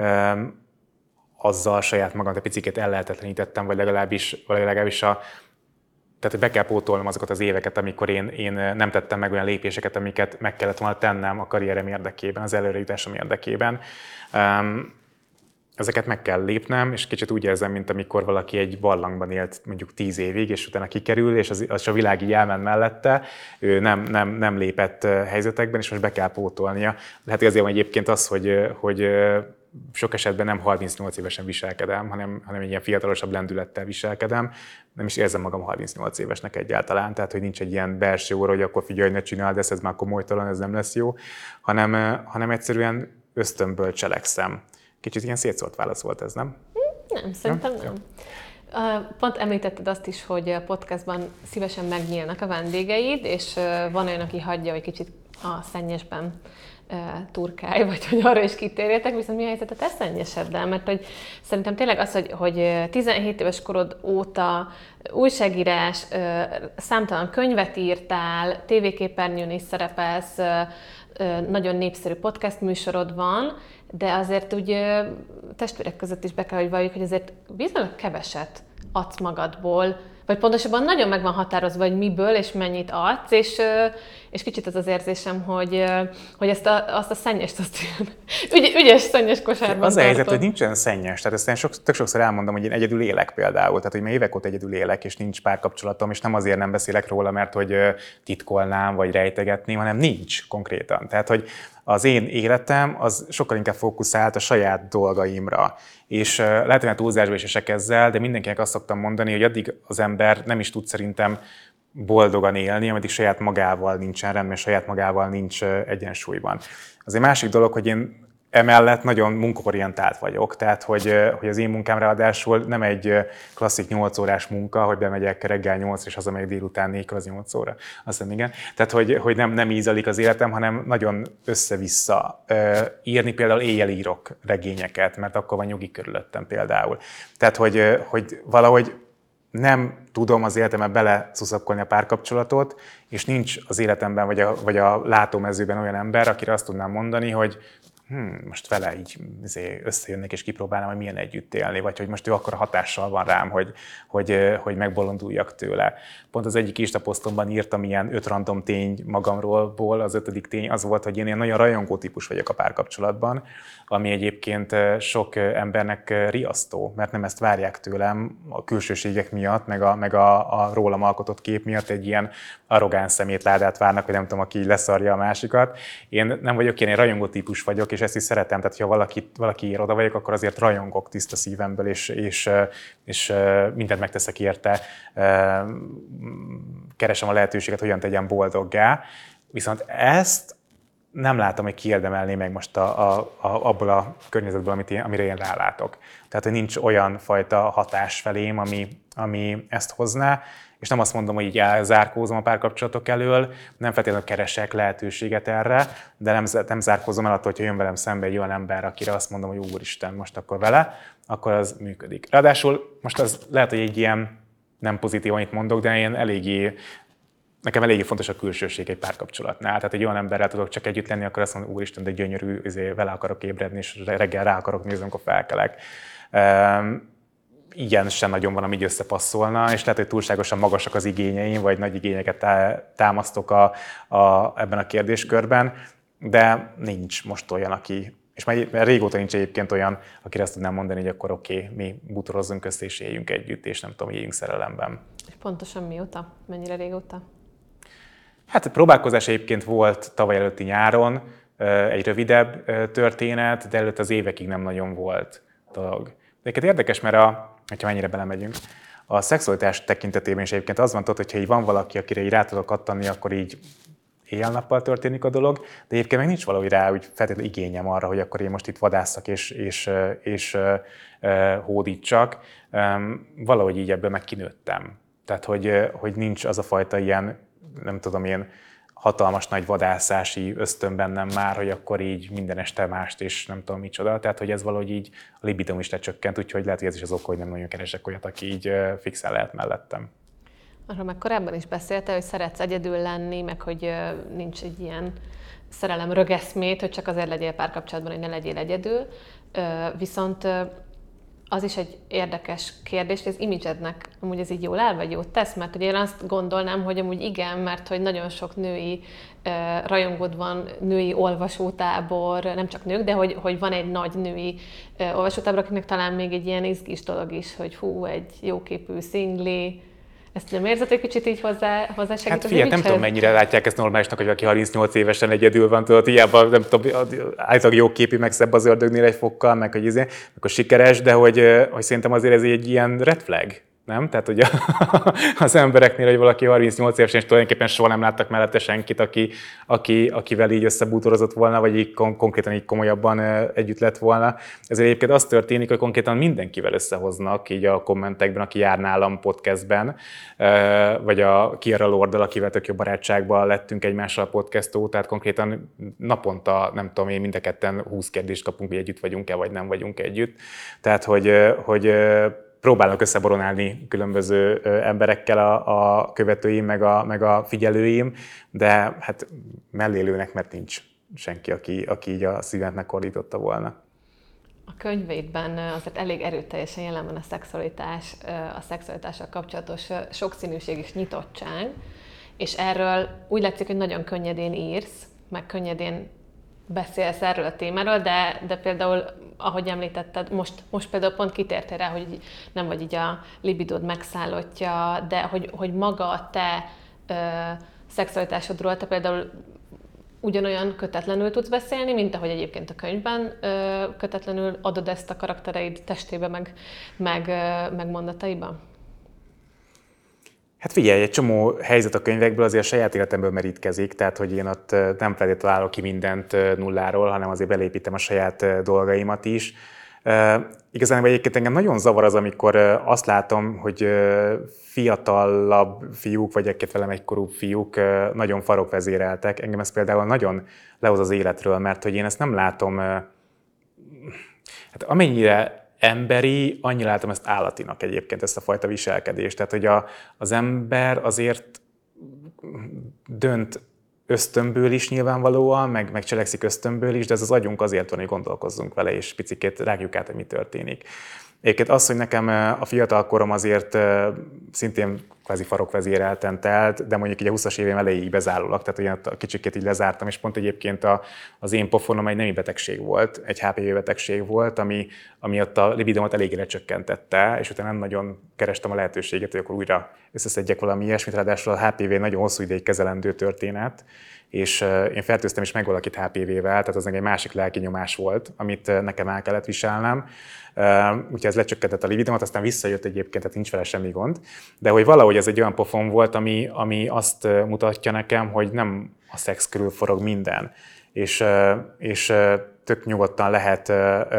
azzal saját magam egy picit ellehetetlenítettem, vagy legalábbis tehát, hogy be kell pótolnom azokat az éveket, amikor én nem tettem meg olyan lépéseket, amiket meg kellett volna tennem a karrierem érdekében, az előrejutásom érdekében. Ezeket meg kell lépnem, és kicsit úgy érzem, mint amikor valaki egy barlangban élt mondjuk 10 évig, és utána kikerül, és az a világ így elment mellette, ő nem lépett helyzetekben, és most be kell pótolnia. Lehet, hogy azért van egyébként az, hogy sok esetben nem 38 évesen viselkedem, hanem egy ilyen fiatalosabb lendülettel viselkedem. Nem is érzem magam 38 évesnek egyáltalán, tehát hogy nincs egy ilyen belső óra, hogy akkor figyelj, ne csináld ezt, ez már komolytalan, ez nem lesz jó, hanem egyszerűen ösztönből cselekszem. Kicsit ilyen szétszólt válasz volt ez, nem? Nem, szerintem nem. Pont említetted azt is, hogy a podcastban szívesen megnyílnak a vendégeid, és van olyan, aki hagyja, hogy kicsit a szennyesben turkálj, vagy hogy arra is kitérjetek, viszont mi a helyzet a te szennyeseddel? Mert hogy szerintem tényleg az, hogy 17 éves korod óta újságírás, számtalan könyvet írtál, tévéképernyőn is szerepelsz, nagyon népszerű podcast műsorod van, de azért úgy testvérek között is be kell, hogy valljuk, hogy azért viszonylag keveset adsz magadból, vagy pontosabban nagyon meg van határozva, hogy miből és mennyit adsz, és kicsit az érzésem, hogy azt a szennyest, azt ügyes szennyes kosárban az a helyzet, hogy nincsen szennyes. Tehát ezt én tök sokszor elmondom, hogy én egyedül élek például. Tehát, hogy már évek óta egyedül élek, és nincs párkapcsolatom, és nem azért nem beszélek róla, mert hogy titkolnám, vagy rejtegetném, hanem nincs konkrétan. Tehát, hogy az én életem az sokkal inkább fókuszált a saját dolgaimra. És lehet, hogy túlzásba is esek ezzel, de mindenkinek azt szoktam mondani, hogy addig az ember nem is tud szerintem boldogan élni, ameddig saját magával nincsen rendben, saját magával nincs egyensúlyban. Az egy másik dolog, hogy én emellett nagyon munkaorientált vagyok, tehát hogy az én munkám ráadásul nem egy klasszik 8 órás munka, hogy bemegyek reggel 8 és hazamegyek délután 4-kor az 8 óra. Azt hiszem, igen. Tehát hogy nem ízalik az életem, hanem nagyon össze-vissza. Írni például éjjel írok regényeket, mert akkor van nyugi körülöttem például. Tehát hogy valahogy nem tudom az életemben beleszuszakolni a párkapcsolatot, és nincs az életemben vagy a látómezőben olyan ember, akire azt tudnám mondani, hogy most vele így összejönnek és kipróbálnám, hogy milyen együtt élni, vagy hogy most ő akkora hatással van rám, hogy megbolonduljak tőle. Pont az egyik Insta-posztomban írtam ilyen 5 random tény magamról, az 5. tény az volt, hogy én ilyen nagyon rajongó típus vagyok a párkapcsolatban, ami egyébként sok embernek riasztó, mert nem ezt várják tőlem a külsőségek miatt, meg a rólam alkotott kép miatt egy ilyen arrogáns szemétládát várnak, hogy nem tudom, aki leszarja a másikat. Én nem vagyok ilyen, én rajongó típus vagyok, és ezt is szeretem, tehát ha valaki oda vagyok, akkor azért rajongok tiszta szívemből, és mindent megteszek érte, keresem a lehetőséget, hogyan tegyen boldoggá. Viszont ezt nem látom, hogy kiérdemelné meg most abból a környezetből, amire én rálátok. Tehát, hogy nincs olyan fajta hatás felém, ami ezt hozná, és nem azt mondom, hogy így elzárkózom a párkapcsolatok elől, nem feltétlenül keresek lehetőséget erre, de nem zárkózom el attól, hogyha jön velem szembe egy olyan ember, akire azt mondom, hogy úristen, most akkor vele, akkor az működik. Ráadásul most az lehet, hogy egy ilyen nem pozitív, amit mondok, de én nekem eléggé fontos a külsőség egy párkapcsolatnál. Tehát egy olyan emberrel tudok csak együtt lenni, akkor azt mondom, úristen, de gyönyörű, vele akarok ébredni, és reggel rá akarok nézni, amikor felkelek. Ilyen sem nagyon van, ami így összepasszolna, és lehet, hogy túlságosan magasak az igényeim, vagy nagy igényeket támasztok ebben a kérdéskörben, de nincs most olyan, aki, és már régóta nincs egyébként olyan, akire azt tudnám mondani, hogy akkor oké, mi bútorozzunk össze, és éljünk együtt, és nem tudom, éljünk szerelemben. És pontosan mióta? Mennyire régóta? Hát a próbálkozás egyébként volt tavaly előtti nyáron, egy rövidebb történet, de előtt az évekig nem nagyon volt dolog. De érdekes, mert hogyha mennyire belemegyünk, a szexualitás tekintetében is egyébként az van, hogyha így van valaki, akire így rá tudok kattanni, akkor így éjjel-nappal történik a dolog, de egyébként meg nincs valahogy rá úgy feltétlenül igényem arra, hogy akkor én most itt vadásszak és hódítsak. Valahogy így ebből meg kinőttem. Tehát, hogy nincs az a fajta ilyen, nem tudom, ilyen hatalmas nagy vadászási ösztön bennem már, hogy akkor így minden este mást, és nem tudom micsoda. Tehát, hogy ez valahogy így a libidom is lecsökkent, úgyhogy lehet, hogy ez is az oka, hogy nem nagyon keresek olyat, aki így fixen lehet mellettem. Arról meg korábban is beszéltél, hogy szeretsz egyedül lenni, meg hogy nincs egy ilyen szerelem rögeszmét, hogy csak azért legyél párkapcsolatban, hogy ne legyél egyedül. Viszont az is egy érdekes kérdés, hogy az imidzsednek amúgy ez így jól áll, vagy jót tesz? Mert ugye én azt gondolnám, hogy amúgy igen, mert hogy nagyon sok női rajongód van, női olvasótábor, nem csak nők, de hogy van egy nagy női olvasótábor, akinek talán még egy ilyen izgis dolog is, hogy hú, egy jóképű szingli. Ezt nem érzed, hogy kicsit így hozzá segít hát az figyelj, nem tudom, mennyire látják ezt normálisnak, hogy valaki 38 évesen egyedül van, tudod, hiába, nem tudom, állítólag jóképű, meg szebb az ördögnél egy fokkal, meg hogy akkor sikeres, de hogy szerintem azért ez egy ilyen red flag. Nem? Tehát ugye az embereknél, hogy valaki 38 évesen, és tulajdonképpen soha nem láttak mellette senkit, akivel így összebútorozott volna, vagy így konkrétan így komolyabban együtt lett volna. Ezért egyébként az történik, hogy konkrétan mindenkivel összehoznak így a kommentekben, aki jár nálam podcastben, vagy a Kiara Lorddal, akivel tök jó barátságban lettünk egymással a podcast óta, tehát konkrétan naponta, nem tudom én, mind a ketten 20 kérdést kapunk, hogy együtt vagyunk-e, vagy nem vagyunk együtt. Tehát, hogy próbálnak összeboronálni különböző emberekkel a követőim, meg a figyelőim, de hát mellélőnek, mert nincs senki, aki így a szívemet megordította volna. A könyveidben azért elég erőteljesen jelen van a szexualitással kapcsolatos sokszínűség és nyitottság, és erről úgy látszik, hogy nagyon könnyedén írsz, meg könnyedén beszélsz erről a témáról, de például, ahogy említetted, most például pont kitértél rá, hogy nem vagy így a libidód megszállottja, de hogy maga a te szexualitásodról te például ugyanolyan kötetlenül tudsz beszélni, mint ahogy egyébként a könyvben kötetlenül adod ezt a karaktereid testébe, meg mondataiba? Hát figyelj, egy csomó helyzet a könyvekből azért a saját életemből merítkezik, tehát hogy én ott nem feltétlenül találok ki mindent nulláról, hanem azért belépítem a saját dolgaimat is. Igazán egyébként engem nagyon zavar az, amikor azt látom, hogy fiatalabb fiúk, vagy egy velem egykorúbb fiúk nagyon farokvezéreltek. Engem ez például nagyon lehoz az életről, mert hogy én ezt nem látom, hát amennyire emberi, annyira látom ezt állatinak egyébként, ezt a fajta viselkedést. Tehát, hogy az ember azért dönt ösztönből is nyilvánvalóan, meg cselekszik ösztönből is, de ez az agyunk azért van, hogy gondolkozzunk vele, és picikét rágjuk át, hogy mi történik. Egyébként az, hogy nekem a fiatalkorom azért szintén kvázi farokvezérelten telt, de mondjuk így a 20-as évém elejéig bezárólag, tehát olyan kicsikét így lezártam, és pont egyébként az én pofonom egy nemi betegség volt, egy HPV betegség volt, ami ott a libidomat eléggé lecsökkentette, és utána nem nagyon kerestem a lehetőséget, hogy akkor újra összeszedjek valami ilyesmit, ráadásul a HPV nagyon hosszú ideig kezelendő történet, és én fertőztem is meg valakit HPV-vel, tehát az egy másik lelki nyomás volt, amit nekem el kellett viselnem. Úgyhogy ez lecsökkentett a libidomat, aztán visszajött egyébként, tehát nincs vele semmi gond. De hogy valahogy ez egy olyan pofon volt, ami azt mutatja nekem, hogy nem a szex körül forog minden. És tök nyugodtan lehet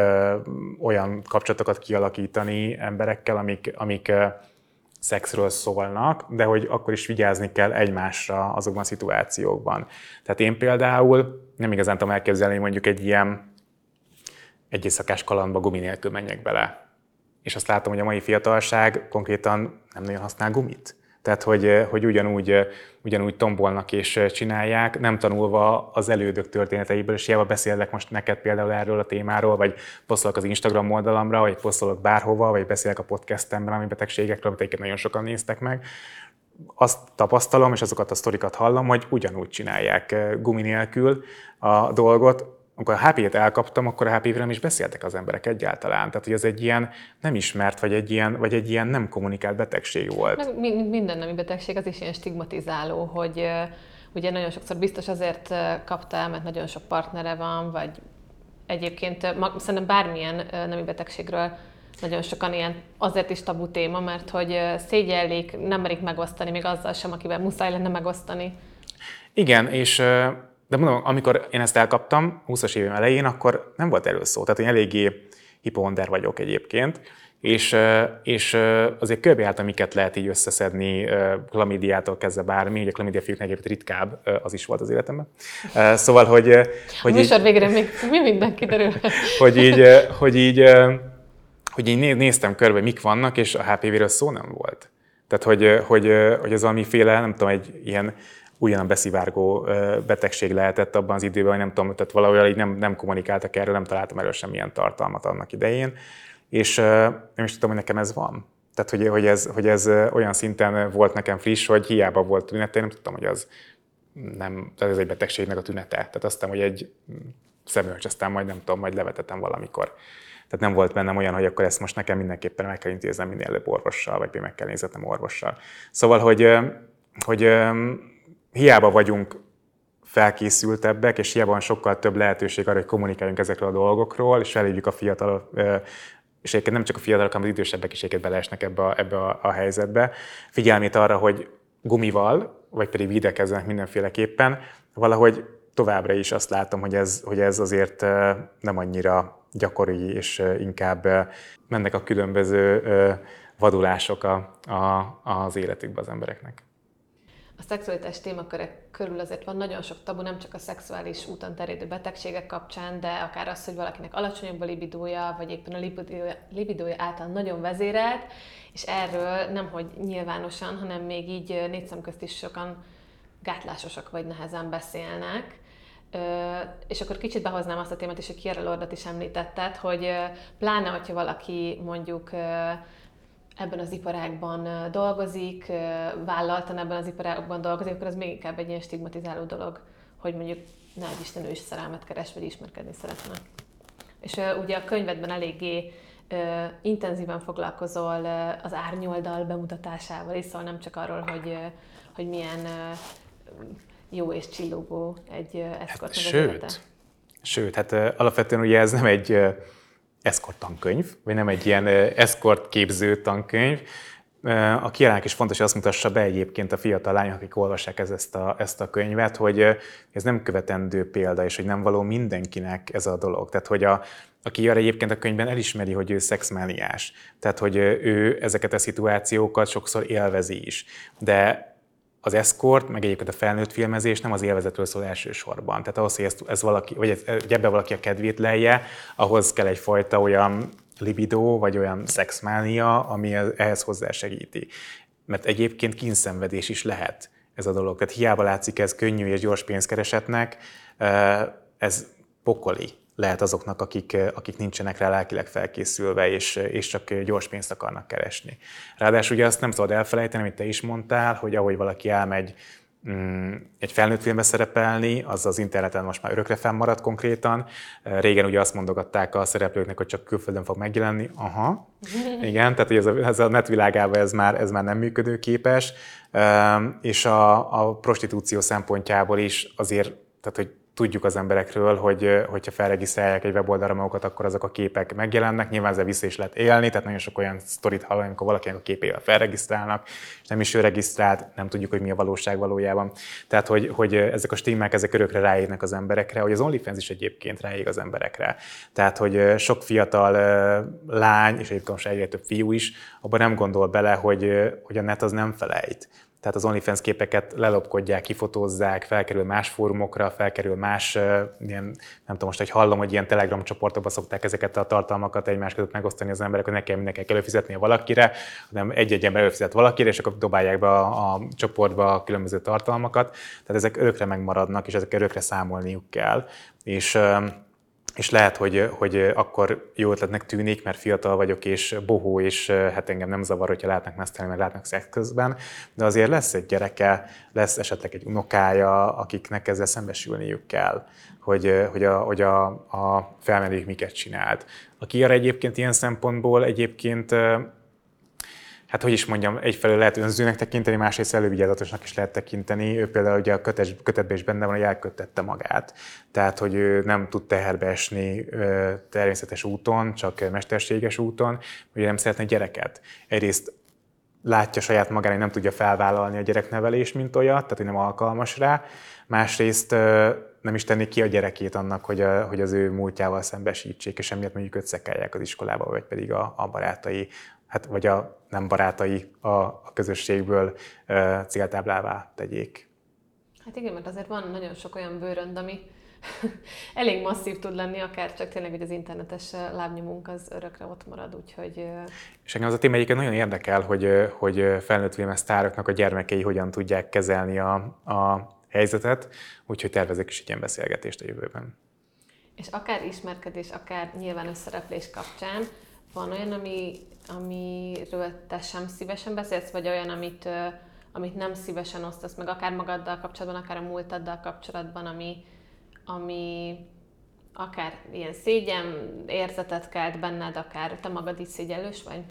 olyan kapcsolatokat kialakítani emberekkel, amik szexről szólnak, de hogy akkor is vigyázni kell egymásra azokban a szituációkban. Tehát én például nem igazán tudom elképzelni, mondjuk egy ilyen egy éjszakás kalandba gumi nélkül menjek bele. És azt látom, hogy a mai fiatalság konkrétan nem nagyon használ gumit. Tehát, hogy ugyanúgy tombolnak és csinálják, nem tanulva az elődök történeteiből, és hiába beszélek most neked például erről a témáról, vagy posztolok az Instagram oldalamra, vagy posztolok bárhova, vagy beszélek a podcastemben, ami betegségekről, amit egyébként nagyon sokan néztek meg. Azt tapasztalom, és azokat a sztorikat hallom, hogy ugyanúgy csinálják gumi nélkül a dolgot. Amikor a HPV-t elkaptam, akkor a HPV-ről nem is beszéltek az emberek egyáltalán. Tehát, hogy ez egy ilyen nem ismert, vagy egy ilyen nem kommunikált betegség volt. Minden nemi betegség az is ilyen stigmatizáló, hogy ugye nagyon sokszor biztos azért kapta el, mert nagyon sok partnere van, vagy egyébként szerintem bármilyen nemi betegségről nagyon sokan ilyen azért is tabu téma, mert hogy szégyellik, nem merik megosztani, még azzal sem, akivel muszáj lenne megosztani. Igen, és de mondom, amikor én ezt elkaptam 20-as évem elején, akkor nem volt erről szó. Tehát én eléggé hipohonder vagyok egyébként, és azért körbejártam, miket lehet így összeszedni, klamidiától kezdve bármi, ugye a klamidia fiúknál egyébként ritkább, az is volt az életemben. Szóval, hogy a műsor végre még mi minden kiderül. hogy így néztem körbe, mik vannak, és a HPV-ről szó nem volt. Tehát, hogy ez valamiféle, nem tudom, egy ilyen újonnan beszivárgó betegség lehetett abban az időben, hogy nem tudom, tehát valahol így nem kommunikáltak erről, nem találtam erről semmilyen tartalmat annak idején, és nem is tudom, hogy nekem ez van. Tehát, hogy ez olyan szinten volt nekem friss, hogy hiába volt tünete, nem tudtam, hogy tehát ez egy betegségnek a tünete. Tehát azt hogy egy szemölcs, aztán majd nem tudom, majd levetettem valamikor. Tehát nem volt bennem olyan, hogy akkor ezt most nekem mindenképpen meg kell intéznem minél előbb orvossal, vagy meg kell nézetnem orvossal. Szóval, hogy hiába vagyunk felkészültebbek, és hiába van sokkal több lehetőség arra, hogy kommunikáljunk ezekről a dolgokról, és felhívjuk a fiatalok, és egyébként nem csak a fiatalok, hanem az idősebbek is beleesnek ebbe a helyzetbe, figyelmét arra, hogy gumival, vagy pedig védekezzenek mindenféleképpen, valahogy továbbra is azt látom, hogy ez azért nem annyira gyakori, és inkább mennek a különböző vadulások az életükbe az embereknek. A szexualitás témaköre körül azért van nagyon sok tabu, nem csak a szexuális úton terjedő betegségek kapcsán, de akár az, hogy valakinek alacsonyabb a libidója, vagy éppen a libidója által nagyon vezérelt, és erről nemhogy nyilvánosan, hanem még így négy szem közt is sokan gátlásosak vagy nehezen beszélnek. És akkor kicsit behoznám azt a témát is, hogy Kiera Lordot is említetted, hogy pláne, hogyha valaki mondjuk ebben az iparágban dolgozik, vállaltan ebben az iparágban dolgozik, akkor az még inkább egy ilyen stigmatizáló dolog, hogy mondjuk ne egy Isten, ő is szerelmet keres, vagy ismerkedni szeretne. És ugye a könyvedben eléggé intenzíven foglalkozol az árnyoldal bemutatásával is, szóval nem csak arról, hogy milyen jó és csillogó egy eszkort Sőt, hát alapvetően ugye ez nem egy eszkort tankönyv, vagy nem egy ilyen eszkort képző tankönyv. a kiállás is fontos, hogy azt mutassa be egyébként a fiatal lányok, akik olvassák ezt a könyvet, hogy ez nem követendő példa, és hogy nem való mindenkinek ez a dolog. Tehát, hogy a Kiara egyébként a könyvben elismeri, hogy ő szexmániás. Tehát, hogy ő ezeket a szituációkat sokszor élvezi is. De az eszkort, meg egyébként a felnőtt filmezés nem az élvezetről szól elsősorban. Tehát ahhoz, hogy ez valaki, vagy ebbe valaki a kedvét lelje, ahhoz kell egyfajta olyan libido, vagy olyan szexmánia, ami ehhez hozzásegíti. Mert egyébként kínszenvedés is lehet ez a dolog. Tehát hiába látszik ez könnyű és gyors pénzkeresetnek, ez pokoli lehet azoknak, akik nincsenek rá lelkileg felkészülve, és csak gyors pénzt akarnak keresni. Ráadásul ugye azt nem szabad elfelejteni, amit te is mondtál, hogy ahogy valaki elmegy egy felnőtt filmbe szerepelni, az az interneten most már örökre fennmarad konkrétan. Régen ugye azt mondogatták a szereplőknek, hogy csak külföldön fog megjelenni. Aha, igen, tehát hogy ez a net világában ez már nem működőképes. És a prostitúció szempontjából is azért, tehát hogy tudjuk az emberekről, hogyha felregisztrálják egy weboldalra magukat, akkor azok a képek megjelennek. Nyilván ezzel vissza is lehet élni, tehát nagyon sok olyan sztorit hallani, amikor valakinek a képével felregisztrálnak, és nem is ő regisztrált, nem tudjuk, hogy mi a valóság valójában. Tehát, hogy ezek a stimmák, ezek örökre ráégnek az emberekre, hogy az OnlyFans is egyébként ráég az emberekre. Tehát, hogy sok fiatal lány, és egyébként most egyre több fiú is, abban nem gondol bele, hogy a net az nem felejt. Tehát az OnlyFans képeket lelopkodják, kifotózzák, felkerül más fórumokra, felkerül más, ilyen, nem tudom, most, hogy hallom, hogy ilyen Telegram csoportokba szokták ezeket a tartalmakat egymás között megosztani az emberek, hogy nekem mindenki kell előfizetnie valakire, hanem egy-egy ember előfizet valakire, és akkor dobálják be a csoportba a különböző tartalmakat. Tehát ezek örökre megmaradnak, és ezek örökre számolniuk kell. És lehet, hogy akkor jó ötletnek tűnik, mert fiatal vagyok és bohó, és hát engem nem zavar, hogyha látnak mesztelni, mert látnak szex közben, de azért lesz egy gyereke, lesz esetleg egy unokája, akiknek ezzel szembesülniük kell, hogy a felmenőjük miket csinált. A Kiara egyébként ilyen szempontból egyébként, hát hogy is mondjam, egyfelől lehet önzőnek tekinteni, másrészt elővigyázatosnak is lehet tekinteni. Ő például ugye a kötetben is benne van, hogy elkötette magát. Tehát, hogy ő nem tud teherbe esni természetes úton, csak mesterséges úton, ugye nem szeretne gyereket. Egyrészt látja saját magára, hogy nem tudja felvállalni a gyereknevelést, mint olyat, tehát hogy nem alkalmas rá. Másrészt nem is tenni ki a gyerekét annak, hogy az ő múltjával szembesítsék, és emiatt mondjuk őt szekálják az iskolába, vagy pedig a barátai, hát, vagy a nem barátai a közösségből céltáblává tegyék. Hát igen, mert azért van nagyon sok olyan bőrönd, ami elég masszív tud lenni, akár csak tényleg, hogy az internetes lábnyomunk az örökre ott marad, úgyhogy... És engem az a téma egyébként nagyon érdekel, hogy felnőtt filmes sztároknak a gyermekei hogyan tudják kezelni a helyzetet, úgyhogy tervezek is egy ilyen beszélgetést a jövőben. És akár ismerkedés, akár nyilvános szereplés kapcsán van olyan, amiről te sem szívesen beszélsz, vagy olyan, amit nem szívesen osztasz meg, akár magaddal kapcsolatban, akár a múltaddal kapcsolatban, ami akár ilyen szégyen érzetet kelt benned, akár te magad is szégyellős vagy?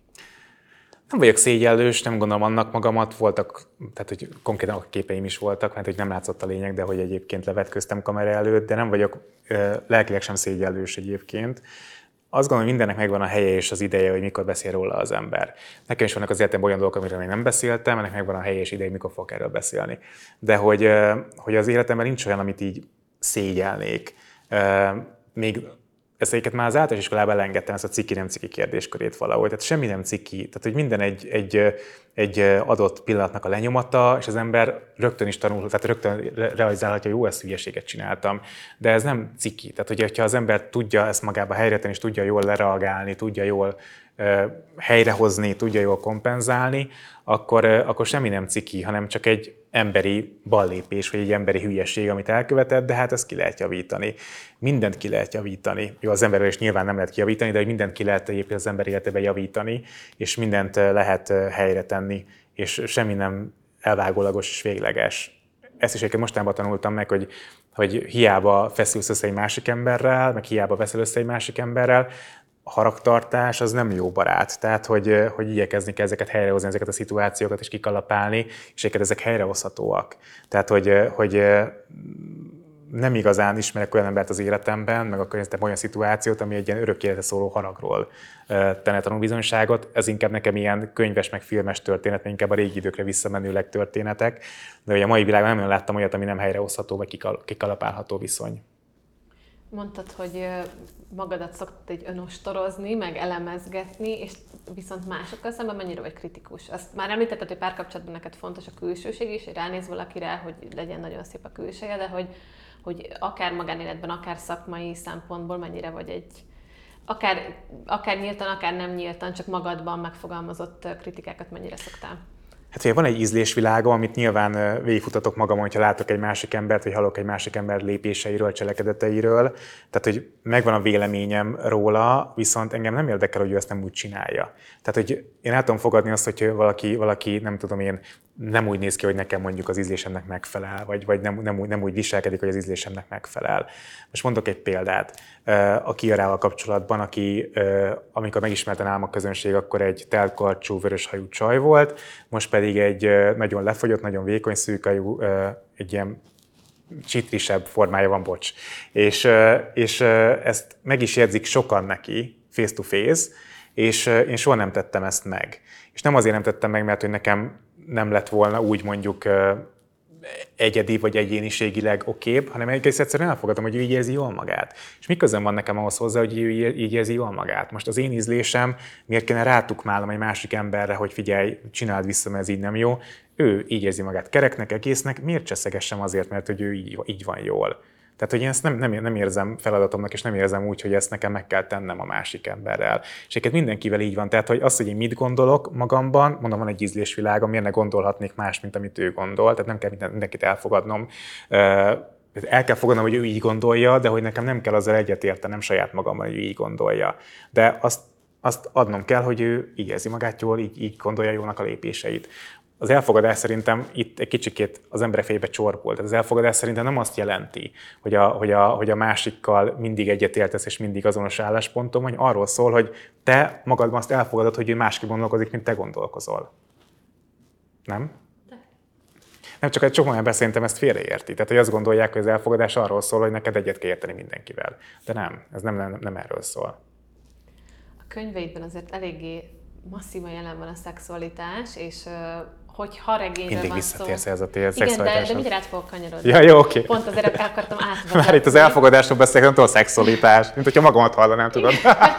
Nem vagyok szégyellős, nem gondolom annak magamat, voltak, tehát hogy konkrétan a képeim is voltak, mert hogy nem látszott a lényeg, de hogy egyébként levetköztem kamera előtt, de nem vagyok lelkileg sem szégyellős egyébként. Azt gondolom, hogy mindennek megvan a helye és az ideje, hogy mikor beszél róla az ember. Nekem is vannak az életemben olyan dolgok, amiről még nem beszéltem, ennek megvan a helye és ideje, mikor fogok erről beszélni. De hogy az életemben nincs olyan, amit így szégyelnék. Még ezt egyiket már az általános iskolában elengedtem, ezt a ciki-nem ciki kérdéskörét valahogy. Tehát semmi nem ciki. Tehát, hogy minden egy adott pillanatnak a lenyomata, és az ember rögtön is tanul, tehát rögtön realizálhatja, hogy jó, ezt hülyeséget csináltam. De ez nem ciki. Tehát, hogyha az ember tudja ezt magába helyretenni, és tudja jól lereagálni, tudja jól helyrehozni, tudja jól kompenzálni, akkor semmi nem ciki, hanem csak egy emberi ballépés, vagy egy emberi hülyeség, amit elkövetett, de hát ezt ki lehet javítani. Mindent ki lehet javítani. Jó, az emberről is nyilván nem lehet kijavítani, de hogy mindent ki lehet egyébként az ember életében javítani, és mindent lehet helyre tenni, és semmi nem elvágólagos és végleges. Ezt is egyébként mostanában tanultam meg, hogy hiába feszülsz össze egy másik emberrel, meg hiába veszel össze egy másik emberrel, a haragtartás az nem jó barát. Tehát, hogy igyekezni kell ezeket helyrehozni, ezeket a szituációkat és kikalapálni, és ezek helyrehozhatóak. Tehát, hogy nem igazán ismerek olyan embert az életemben, meg a környezetemben olyan szituációt, ami egy ilyen örök életre szóló haragról tenne tanúbizonyságot. Ez inkább nekem ilyen könyves, meg filmes történet, meg inkább a régi időkre visszamenőleg történetek. De ugye a mai világban nem láttam olyat, ami nem helyrehozható, vagy kikalapálható viszony. Mondtad, hogy magadat szoktad egy önostorozni, meg elemezgetni, és viszont másokkal szemben mennyire vagy kritikus? Azt már említetted, hogy párkapcsolatban neked fontos a külsőség is, hogy ránéz valakire, hogy legyen nagyon szép a külseje, de hogy akár magánéletben, akár szakmai szempontból mennyire vagy egy, akár nyíltan, akár nem nyíltan, csak magadban megfogalmazott kritikákat mennyire szoktál? Hát ugye van egy ízlésvilágom, amit nyilván végigfutatok magamon, hogyha látok egy másik embert, vagy hallok egy másik ember lépéseiről, cselekedeteiről. Tehát, hogy megvan a véleményem róla, viszont engem nem érdekel, hogy ő ezt nem úgy csinálja. Tehát, hogy én el tudom fogadni azt, hogy valaki nem tudom én, nem úgy néz ki, hogy nekem mondjuk az ízlésemnek megfelel, vagy nem úgy viselkedik, hogy az ízlésemnek megfelel. Most mondok egy példát. A Kiarával kapcsolatban, amikor megismerte nálam a közönség, akkor egy teltkarcsú, vöröshajú csaj volt, most pedig egy nagyon lefogyott, nagyon vékony, szűkhajú, egy ilyen csitrisebb formája van, bocs. És ezt meg is jegyzik sokan neki, face to face, és én soha nem tettem ezt meg. És nem azért nem tettem meg, mert hogy nekem nem lett volna úgy mondjuk egyedi vagy egyéniségileg okébb, hanem egész egyszerűen elfogadom, hogy ő így érzi jól magát. És mi közön van nekem ahhoz hozzá, hogy ő így érzi jól magát? Most az én ízlésem, miért kéne rátukmálnom egy másik emberre, hogy figyelj, csináld vissza, mert ez így nem jó. Ő így érzi magát kereknek, egésznek, miért cseszegessem azért, mert hogy ő így van jól? Tehát, hogy én ezt nem érzem feladatomnak, és nem érzem úgy, hogy ezt nekem meg kell tennem a másik emberrel. És egyébként mindenkivel így van. Tehát, hogy azt, hogy én mit gondolok magamban, mondom, van egy ízlésvilágom, miért ne gondolhatnék más, mint amit ő gondol. Tehát nem kell mindenkit elfogadnom. El kell fogadnom, hogy ő így gondolja, de hogy nekem nem kell azzal egyetértenem saját magamban, hogy ő így gondolja. De azt adnom kell, hogy ő így érzi magát jól, így gondolja jónak a lépéseit. Az elfogadás szerintem itt egy kicsikét az emberek fejébe csorból. Tehát az elfogadás szerintem nem azt jelenti, hogy a másikkal mindig egyetértesz és mindig azonos álláspontom, hogy arról szól, hogy te magadban azt elfogadod, hogy ő másképp gondolkozik, mint te gondolkozol. Nem? Nem, csak sok olyan szerintem ezt félreérti. Tehát, hogy azt gondolják, hogy az elfogadás arról szól, hogy neked egyet kell érteni mindenkivel. De nem, ez nem erről szól. A könyveidben azért eléggé masszívan jelen van a szexualitás, és hogyha regényről mindig van szó... Mindig visszatérsz ez a szexualitáshoz. Igen, de mindjárt át fogok kanyarodni. Ja, jó, oké. Pont azért akartam átvezetni. Már itt az elfogadásról beszélek, nem tudom a szexualitás, mint hogyha magamat hallanám, tudod.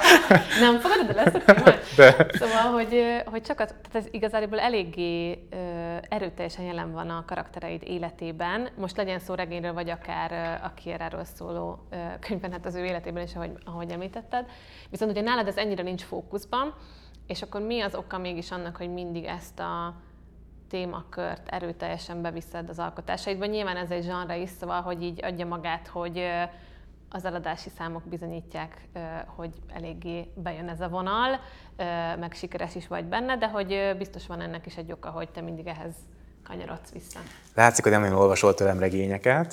Nem fogadod el ezt a témát? De. Szóval, hogy csak tehát ez igazából eléggé erőteljesen jelen van a karaktereid életében. Most legyen szó regényről, vagy akár a Kiaráról szóló könyvben, hát az ő életében is, ahogy említetted. Viszont ugye nálad ez ennyire nincs fókuszban, és akkor mi az oka mégis annak, hogy mindig ezt a témakört erőteljesen beviszed az alkotásaidban? Nyilván ez egy zsanra is, szóval, hogy így adja magát, hogy az eladási számok bizonyítják, hogy eléggé bejön ez a vonal, meg sikeres is vagy benne, de hogy biztos van ennek is egy oka, hogy te mindig ehhez kanyarodsz vissza. Látszik, hogy nem nagyon olvasol tőlem regényeket.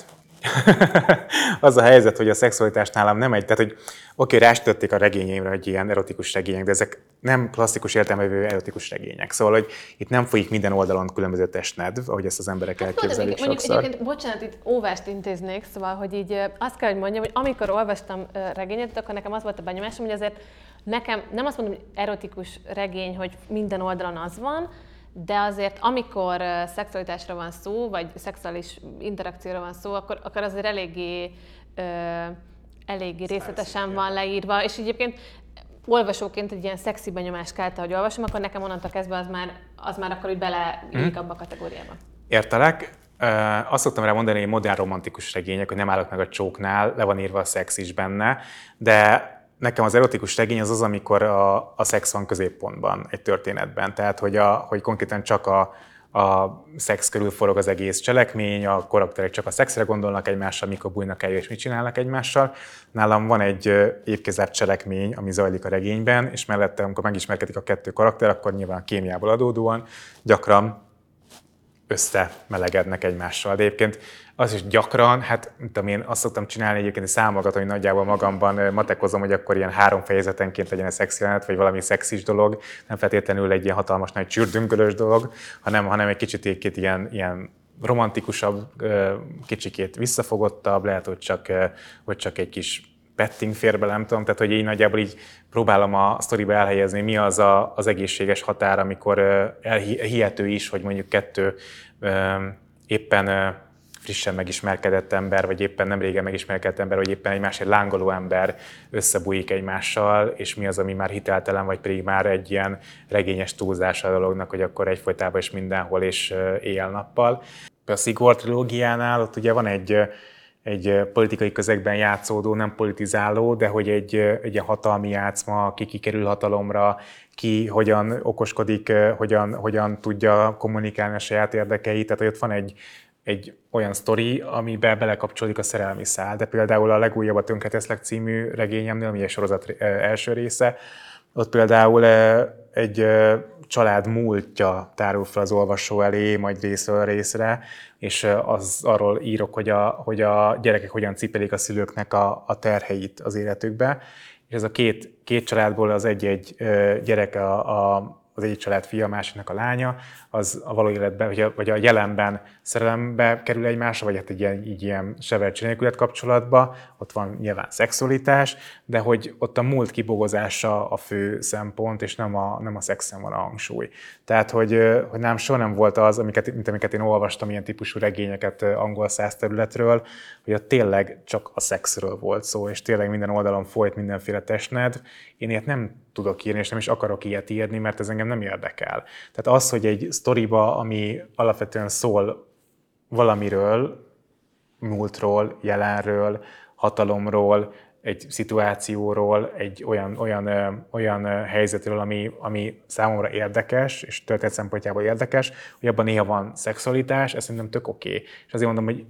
Az a helyzet, hogy a szexualitás nálam nem egy, tehát hogy oké, rásütötték a regényeimre, hogy ilyen erotikus regények, de ezek nem klasszikus értelmevő erotikus regények. Szóval, hogy itt nem folyik minden oldalon különböző testnedv, ahogy ezt az emberek elképzelik sokszor. Mondjuk egyébként, bocsánat, itt óvást intéznék, szóval, hogy így azt kell, hogy mondjam, hogy amikor olvastam regényet, akkor nekem az volt a benyomásom, hogy azért nekem, nem azt mondom, hogy erotikus regény, hogy minden oldalon az van, de azért amikor szexualitásra van szó, vagy szexuális interakcióra van szó, akkor azért eléggé részletesen van leírva, és egyébként olvasóként egy ilyen szexi benyomás kelte, hogy olvasom, akkor nekem onnantól kezdve az már akkor úgy beleillik abba a kategóriába. Értelek. Azt szoktam rá mondani, hogy modern romantikus regények, hogy nem állok meg a csóknál, le van írva a szex is benne, de nekem az erotikus regény az, amikor a szex van középpontban egy történetben. Tehát, hogy konkrétan csak a szex körül forog az egész cselekmény, a karakterek csak a szexre gondolnak egymással, mikor bújnak el, és mit csinálnak egymással. Nálam van egy évkézább cselekmény, ami zajlik a regényben, és mellette, amikor megismerkedik a kettő karakter, akkor nyilván a kémiából adódóan gyakran összemelegednek egymással. De egyébként az is gyakran, hát tudom én, azt szoktam csinálni egyébként, hogy számolgatom, hogy nagyjából magamban matekozom, hogy akkor ilyen 3 fejezetenként legyen a szexjelenet, vagy valami szexis dolog, nem feltétlenül egy ilyen hatalmas nagy csürdöngölös dolog, hanem egy kicsit ilyen romantikusabb, kicsikét visszafogottabb, lehet, hogy csak egy kis petting fér be, nem tudom, tehát hogy én nagyjából így próbálom a sztoriba elhelyezni, mi az az egészséges határ, amikor hihető is, hogy mondjuk kettő éppen frissen megismerkedett ember, vagy éppen nem régen megismerkedett ember, vagy éppen egymásért lángoló ember összebújik egymással, és mi az, ami már hiteltelen, vagy pedig már egy ilyen regényes túlzása a dolognak, hogy akkor egyfolytában is mindenhol, és éjjel-nappal. A Sigurd trilógiánál ott ugye van egy politikai közegben játszódó, nem politizáló, de hogy egy ilyen hatalmi játszma, ki kikerül hatalomra, ki hogyan okoskodik, hogyan tudja kommunikálni a saját érdekeit. Tehát, hogy ott van egy olyan sztori, amiben belekapcsolódik a szerelmi szál. De például a legújabb a Tönkreteszlek című regényemnél, ami egy sorozat első része, ott például egy család múltja tárul fel az olvasó elé, majd részről részre, és arról írok, hogy a gyerekek hogyan cipelik a szülőknek a terheit az életükbe. És ez a két családból az egy gyerek az egyik család fia, a másiknak a lánya, az a való életben, vagy a jelenben szerelembe kerül egymásra, vagy hát egy ilyen severcsi nélkület kapcsolatba, ott van nyilván szexualitás, de hogy ott a múlt kibogozása a fő szempont, és nem a szexen van a hangsúly. Tehát, hogy nem soha nem volt az, amiket én olvastam, ilyen típusú regényeket angol száz területről, hogy ott tényleg csak a szexről volt szó, és tényleg minden oldalon folyt mindenféle testnedv. Én ilyet nem tudok írni, és nem is akarok ilyet írni, mert ez engem nem érdekel. Tehát az, hogy egy sztoriba, ami alapvetően szól valamiről, múltról, jelenről, hatalomról, egy szituációról, egy olyan helyzetről, ami számomra érdekes, és történet szempontjából érdekes, hogy abban néha van szexualitás, ez szerintem tök oké. És azért mondom, hogy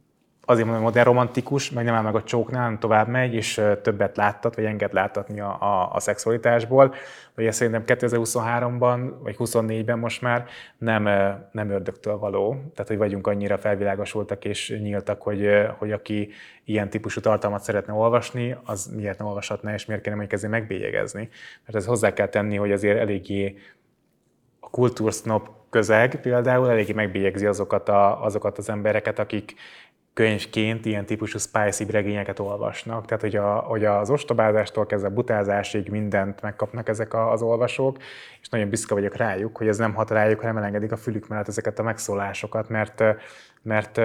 modern romantikus, meg nem áll meg a csóknál, hanem tovább megy, és többet láttat, vagy enged láttatni a szexualitásból. Vagy ez szerintem 2023-ban, vagy 2024-ben most már nem ördögtől való. Tehát, hogy vagyunk annyira felvilágosultak és nyíltak, hogy aki ilyen típusú tartalmat szeretne olvasni, az miért ne olvashatná, és miért kéne mondjuk ezért megbélyegezni. Mert ez hozzá kell tenni, hogy azért eléggé a kultúrsznob közeg például eléggé megbélyegzi azokat az embereket, akik könyvként ilyen típusú spicy regényeket olvasnak. Tehát, hogy az ostobázástól kezdve a butázásig mindent megkapnak ezek az olvasók, és nagyon büszke vagyok rájuk, hogy ez nem hat rájuk, hanem elengedik a fülük mellett ezeket a megszólásokat, mert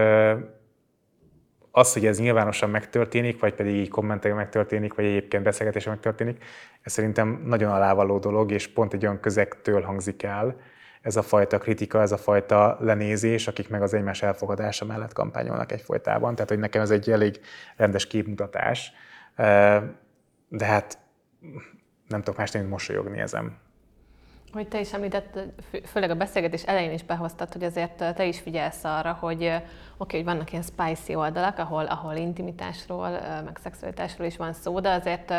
az, hogy ez nyilvánosan megtörténik, vagy pedig így kommentekben megtörténik, vagy egyébként beszélgetésen megtörténik, ez szerintem nagyon alávaló dolog, és pont egy olyan közegtől hangzik el ez a fajta kritika, ez a fajta lenézés, akik meg az egymás elfogadása mellett kampányolnak egyfolytában. Tehát, hogy nekem ez egy elég rendes képmutatás, de hát nem tudok más, mint mosolyogni ezen. Hogy te is említetted, főleg a beszélgetés elején is behoztad, hogy azért te is figyelsz arra, hogy hogy vannak ilyen spicy oldalak, ahol intimitásról, meg szexualitásról is van szó, de azért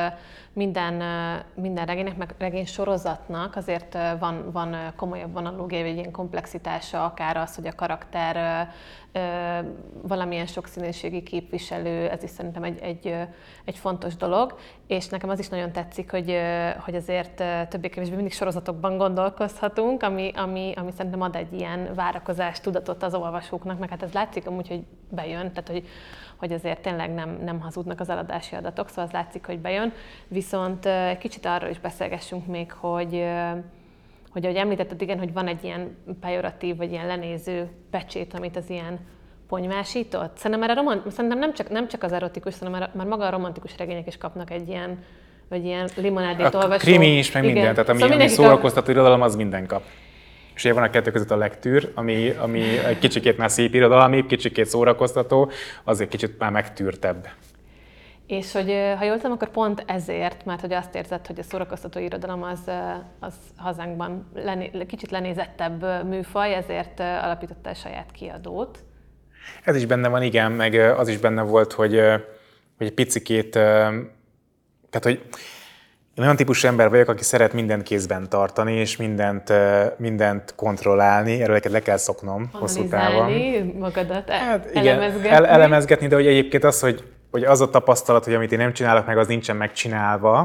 minden regénynek, meg regény sorozatnak azért van komolyabb vonalúgja, vagy ilyen komplexitása, akár az, hogy a karakter valamilyen sokszínűségi képviselő, ez is szerintem egy fontos dolog, és nekem az is nagyon tetszik, hogy azért többé-kevésbé mindig sorozatokban gondolkozhatunk, ami szerintem ad egy ilyen várakozás tudatot az olvasóknak, meg hát ez látszik amúgy, hogy bejön, tehát hogy azért tényleg nem hazudnak az eladási adatok, szóval az látszik, hogy bejön. Viszont kicsit arról is beszélgessünk még, hogy ahogy említetted, igen, hogy van egy ilyen pejoratív, vagy ilyen lenéző pecsét, amit az ilyen ponyvásított. Szerintem nem csak az erotikus, hanem már maga a romantikus regények is kapnak egy ilyen, vagy ilyen limonádét olvasó. A krimi is, meg minden, tehát ami szórakoztató irodalom, az minden kap. És ugye van a kettő között a lektűr, ami egy kicsikét már szép irodalmi, kicsikét szórakoztató, az egy kicsit már megtűrtebb. És hogy ha jól tudom, akkor pont ezért, mert hogy azt érzed, hogy a szórakoztató irodalom az hazánkban kicsit lenézettebb műfaj, ezért alapítottál saját kiadót. Ez is benne van, igen, meg az is benne volt, hogy egy picikét, tehát hogy én olyan típusú ember vagyok, aki szeret mindent kézben tartani, és mindent kontrollálni, erről le kell szoknom hosszú távon. Magadat, elemezgetni. Elemezgetni, de hogy egyébként az, hogy az a tapasztalat, hogy amit én nem csinálok meg, az nincsen megcsinálva,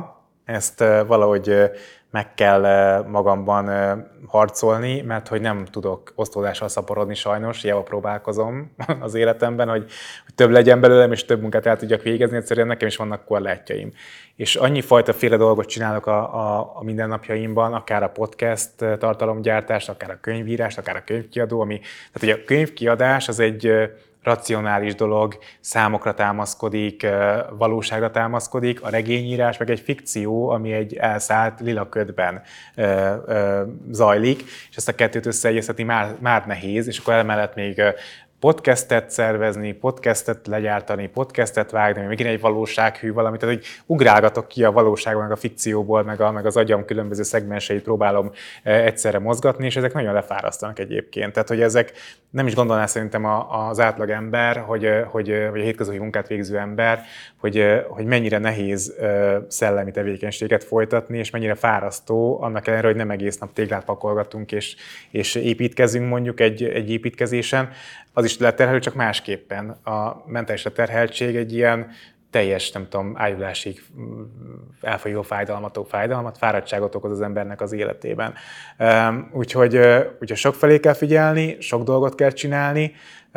Ezt valahogy meg kell magamban harcolni, mert hogy nem tudok osztódással szaporodni sajnos, hiába próbálkozom az életemben, hogy több legyen belőlem, és több munkát el tudjak végezni, egyszerűen nekem is vannak korlátjaim. És annyi fajtaféle dolgot csinálok a mindennapjaimban, akár a podcast tartalomgyártást, akár a könyvírást, akár a könyvkiadó, tehát ugye a könyvkiadás az egy racionális dolog, számokra támaszkodik, valóságra támaszkodik, a regényírás meg egy fikció, ami egy elszállt lila ködben zajlik, és ezt a kettőt összeegyeztetni már nehéz, és akkor emellett még podcastet szervezni, podcastet legyártani, podcastet vágni, megint egy valósághű valamit, tehát hogy ugrálgatok ki a valóságban, meg a fikcióból, meg az agyam különböző szegmenseit próbálom egyszerre mozgatni, és ezek nagyon lefárasztanak egyébként. Tehát, hogy ezek nem is gondolná szerintem az átlag ember, vagy a hétköznapi munkát végző ember, hogy mennyire nehéz szellemi tevékenységet folytatni, és mennyire fárasztó, annak ellenére, hogy nem egész nap téglát pakolgatunk, és építkezünk mondjuk egy építkezésen. Az is leterhelő, csak másképpen. A mentális leterheltség egy ilyen teljes, nem tudom, ájulásig elfolyó fájdalmat, fáradtságot okoz az embernek az életében. Úgyhogy sokfelé kell figyelni, sok dolgot kell csinálni,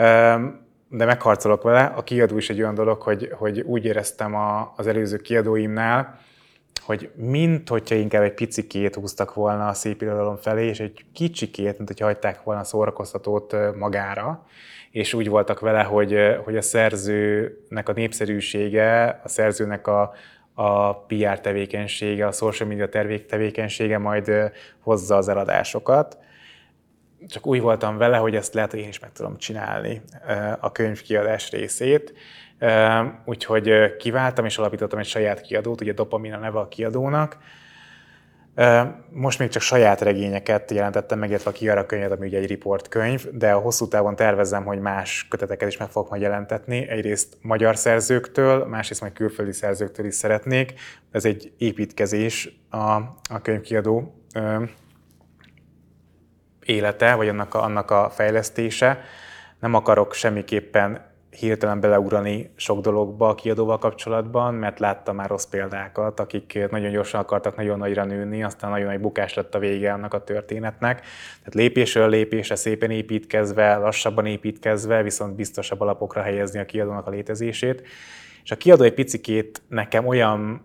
de megharcolok vele. A kiadó is egy olyan dolog, hogy úgy éreztem az előző kiadóimnál, hogy hogyha inkább egy picikét húztak volna a szép irodalom felé, és egy kicsikét, mint hogy hagyták volna a szórakoztatót magára, és úgy voltak vele, hogy a szerzőnek a népszerűsége, a szerzőnek a PR tevékenysége, a social media tevékenysége majd hozza az eladásokat. Csak úgy voltam vele, hogy ezt lehet, hogy én is meg tudom csinálni, a könyvkiadás részét. Úgyhogy kiváltam és alapítottam egy saját kiadót, ugye Dopamin a neve a kiadónak. Most még csak saját regényeket jelentettem meg, illetve a Kiara könyvet, ami ugye egy riportkönyv, de a hosszú távon tervezem, hogy más köteteket is meg fogok majd jelentetni. Egyrészt magyar szerzőktől, másrészt majd külföldi szerzőktől is szeretnék. Ez egy építkezés a könyvkiadó élete, vagy annak a fejlesztése. Nem akarok semmiképpen hirtelen beleugrani sok dologba a kiadóval kapcsolatban, mert láttam már rossz példákat, akik nagyon gyorsan akartak nagyon nagyra nőni, aztán nagyon nagy bukás lett a vége annak a történetnek. Tehát lépésről lépésre szépen építkezve, lassabban építkezve, viszont biztosabb alapokra helyezni a kiadónak a létezését. És a kiadó egy picikét nekem olyan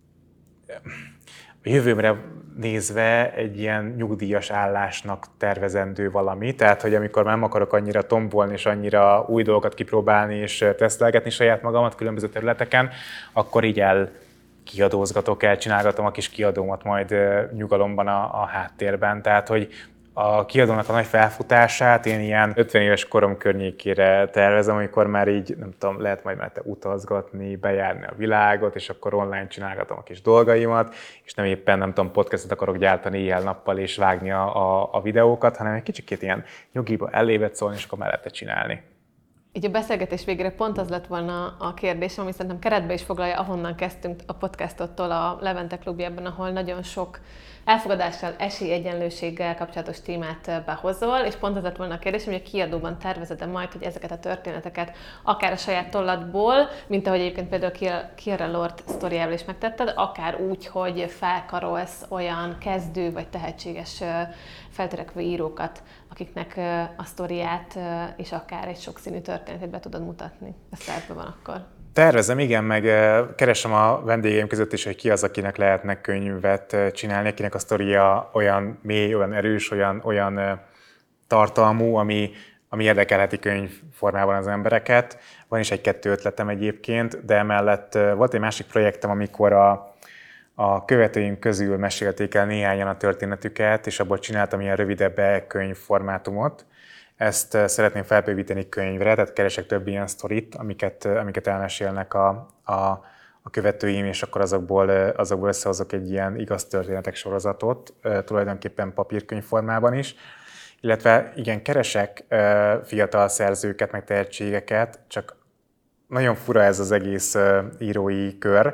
a jövőmre nézve egy ilyen nyugdíjas állásnak tervezendő valami. Tehát, hogy amikor már nem akarok annyira tombolni, és annyira új dolgokat kipróbálni, és tesztelgetni saját magamat különböző területeken, akkor így kiadózgatok, elcsinálgatom a kis kiadómat majd nyugalomban a háttérben. Tehát, hogy a kiadónak a nagy felfutását én ilyen 50 éves korom környékére tervezem, amikor már így, nem tudom, lehet majd mellette utazgatni, bejárni a világot, és akkor online csinálgatom a kis dolgaimat, és nem éppen, nem tudom, podcastot akarok gyártani éjjel-nappal és vágni a videókat, hanem egy kicsikét ilyen nyugiba ellévet szólni, és akkor mellette csinálni. Így a beszélgetés végére pont az lett volna a kérdésem, ami szerintem keretbe is foglalja, ahonnan kezdtünk a podcastottól a Levente klubjában, ahol nagyon sok elfogadással, esélyegyenlőséggel kapcsolatos témát behozol, és pont az lett volna a kérdésem, hogy a kiadóban tervezed-e majd, hogy ezeket a történeteket akár a saját tolladból, mint ahogy egyébként például Kiara Lord sztoriával is megtetted, akár úgy, hogy felkarolsz olyan kezdő vagy tehetséges feltörekvő írókat, akiknek a sztoriát és akár egy sokszínű történetét be tudod mutatni. Ez tervben van akkor. Tervezem, igen, meg keresem a vendégeim között is, hogy ki az, akinek lehetne könyvet csinálni, akinek a sztoria olyan mély, olyan erős, olyan tartalmú, ami érdekelheti könyv formában az embereket. Van is egy-kettő ötletem egyébként, de emellett volt egy másik projektem, amikor a követőim közül mesélték el néhányan a történetüket, és abból csináltam ilyen rövidebb könyvformátumot. Ezt szeretném felbővíteni könyvre, tehát keresek több ilyen sztorit, amiket elmesélnek a követőim, és akkor azokból összehozok egy ilyen igaz történetek sorozatot, tulajdonképpen papírkönyv formában is. Illetve igen, keresek fiatal szerzőket, meg tehetségeket, csak nagyon fura ez az egész írói kör,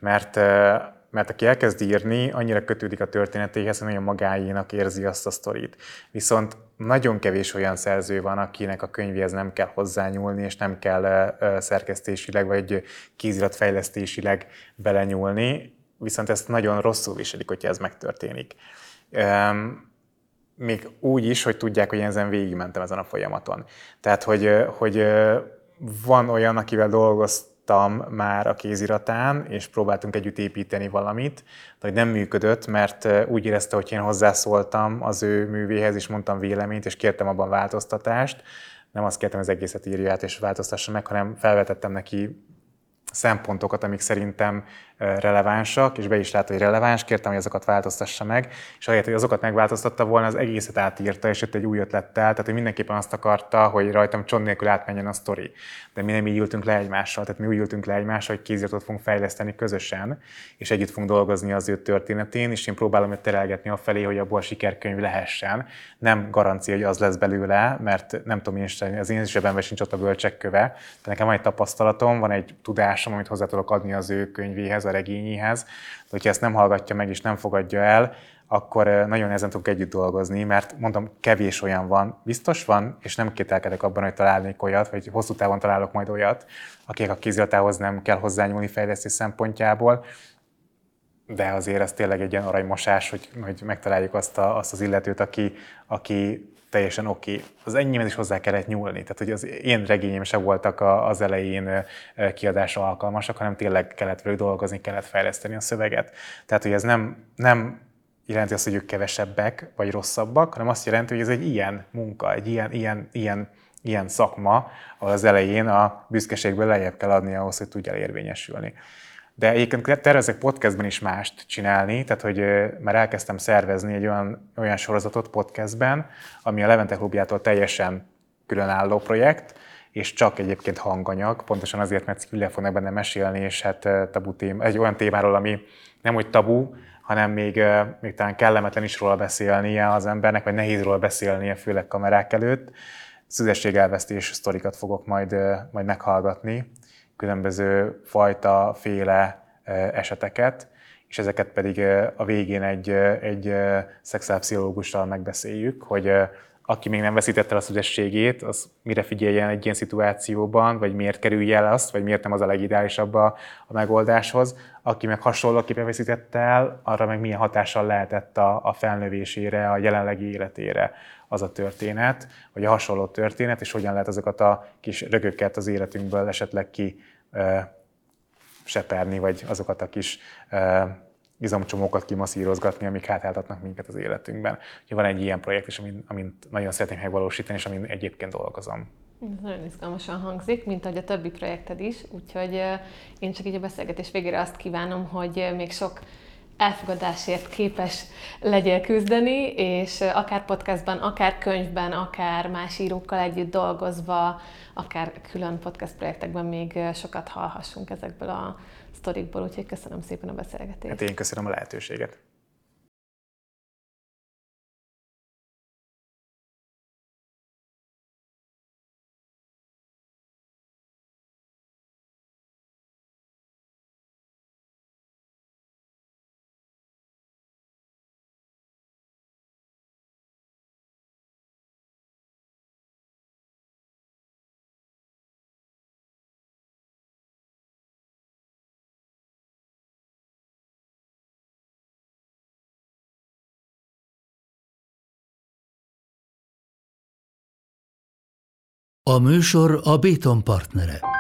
mert aki elkezd írni, annyira kötődik a történetéhez, hogy nagyon magáénak érzi azt a sztorit. Viszont nagyon kevés olyan szerző van, akinek a könyvéhez nem kell hozzányúlni, és nem kell szerkesztésileg vagy kéziratfejlesztésileg belenyúlni. viszont ezt nagyon rosszul viselik, hogyha ez megtörténik. Még úgy is, hogy tudják, hogy én ezen végigmentem ezen a folyamaton. Tehát, hogy van olyan, akivel dolgoztam már a kéziratán, és próbáltunk együtt építeni valamit, de hogy nem működött, mert úgy érezte, hogy én hozzászóltam az ő művéhez, és mondtam véleményt, és kértem abban változtatást. Nem azt kértem, hogy az egészet írja át, és változtassa meg, hanem felvetettem neki szempontokat, amik szerintem relevánsak, és be is látta, hogy releváns, kértem, hogy azokat változtassa meg, és ahelyett, hogy azokat megváltoztatta volna, az egészet átírta, és jött egy új ötlettel, tehát hogy mindenképpen azt akarta, hogy rajtam csont nélkül átmenjen a sztori. De mi nem így ültünk le egymással, tehát mi úgy ültünk le egymással, hogy kéziratot fogunk fejleszteni közösen, és együtt fogunk dolgozni az ő történetén, és én próbálom őt terelgetni afelé, hogy abból sikerkönyv lehessen. Nem garancia, hogy az lesz belőle, mert nem tudom, az én zsebemben sincs ott a bölcsekköve, de nekem van egy tapasztalatom, van egy tudásom, amit hozzá tudok adni az ő könyvéhez, a regényéhez, de hogyha ezt nem hallgatja meg és nem fogadja el, akkor nagyon nehezen tudunk együtt dolgozni, mert mondom, kevés olyan van, biztos van, és nem kételkedek abban, hogy találnék olyat, vagy hosszú távon találok majd olyat, akik a kéziratához nem kell hozzányúlni fejlesztés szempontjából, de azért ez tényleg egy ilyen aranymosás, hogy megtaláljuk azt az illetőt, aki teljesen oké. Az enyémhez is hozzá kellett nyúlni. Tehát, hogy az én regényeim sem voltak az elején kiadásra alkalmasak, hanem tényleg kellett velük dolgozni, kellett fejleszteni a szöveget. Tehát, hogy ez nem jelenti azt, hogy ők kevesebbek, vagy rosszabbak, hanem azt jelenti, hogy ez egy ilyen munka, egy ilyen szakma, ahol az elején a büszkeségből lejjebb kell adni ahhoz, hogy tudjál érvényesülni. De egyébként tervezek podcastben is mást csinálni, tehát hogy már elkezdtem szervezni egy olyan sorozatot podcastben, ami a Levente Klubjától teljesen különálló projekt, és csak egyébként hanganyag, pontosan azért, mert Szküller fognak benne mesélni, és hát egy olyan témáról, ami nem úgy tabu, hanem még talán kellemetlen is róla beszélnie az embernek, vagy nehéz róla beszélnie, főleg kamerák előtt. Szüzességelvesztés sztorikat fogok majd meghallgatni, különböző fajta, féle eseteket, és ezeket pedig a végén egy szexuálpszichológussal megbeszéljük, hogy aki még nem veszítette el a szüzességét, az mire figyeljen egy ilyen szituációban, vagy miért kerülje el azt, vagy miért nem az a legideálisabb a megoldáshoz. Aki meg hasonlóképpen veszítette el, arra meg milyen hatással lehetett a felnövésére, a jelenlegi életére az a történet, vagy a hasonló történet, és hogyan lehet azokat a kis rögöket az életünkből esetleg seperni, vagy azokat a kis izomcsomókat kimasszírozgatni, amik hátráltatnak minket az életünkben. Úgyhogy van egy ilyen projekt is, amit nagyon szeretném megvalósítani, és amin egyébként dolgozom. Ez nagyon izgalmasan hangzik, mint ahogy a többi projekted is, úgyhogy én csak így a beszélgetés végére azt kívánom, hogy még sok elfogadásért képes legyél küzdeni, és akár podcastban, akár könyvben, akár más írókkal együtt dolgozva, akár külön podcast projektekben még sokat hallhassunk ezekből a sztorikból, úgyhogy köszönöm szépen a beszélgetést. Hát én köszönöm a lehetőséget. A műsor a Béton partnere.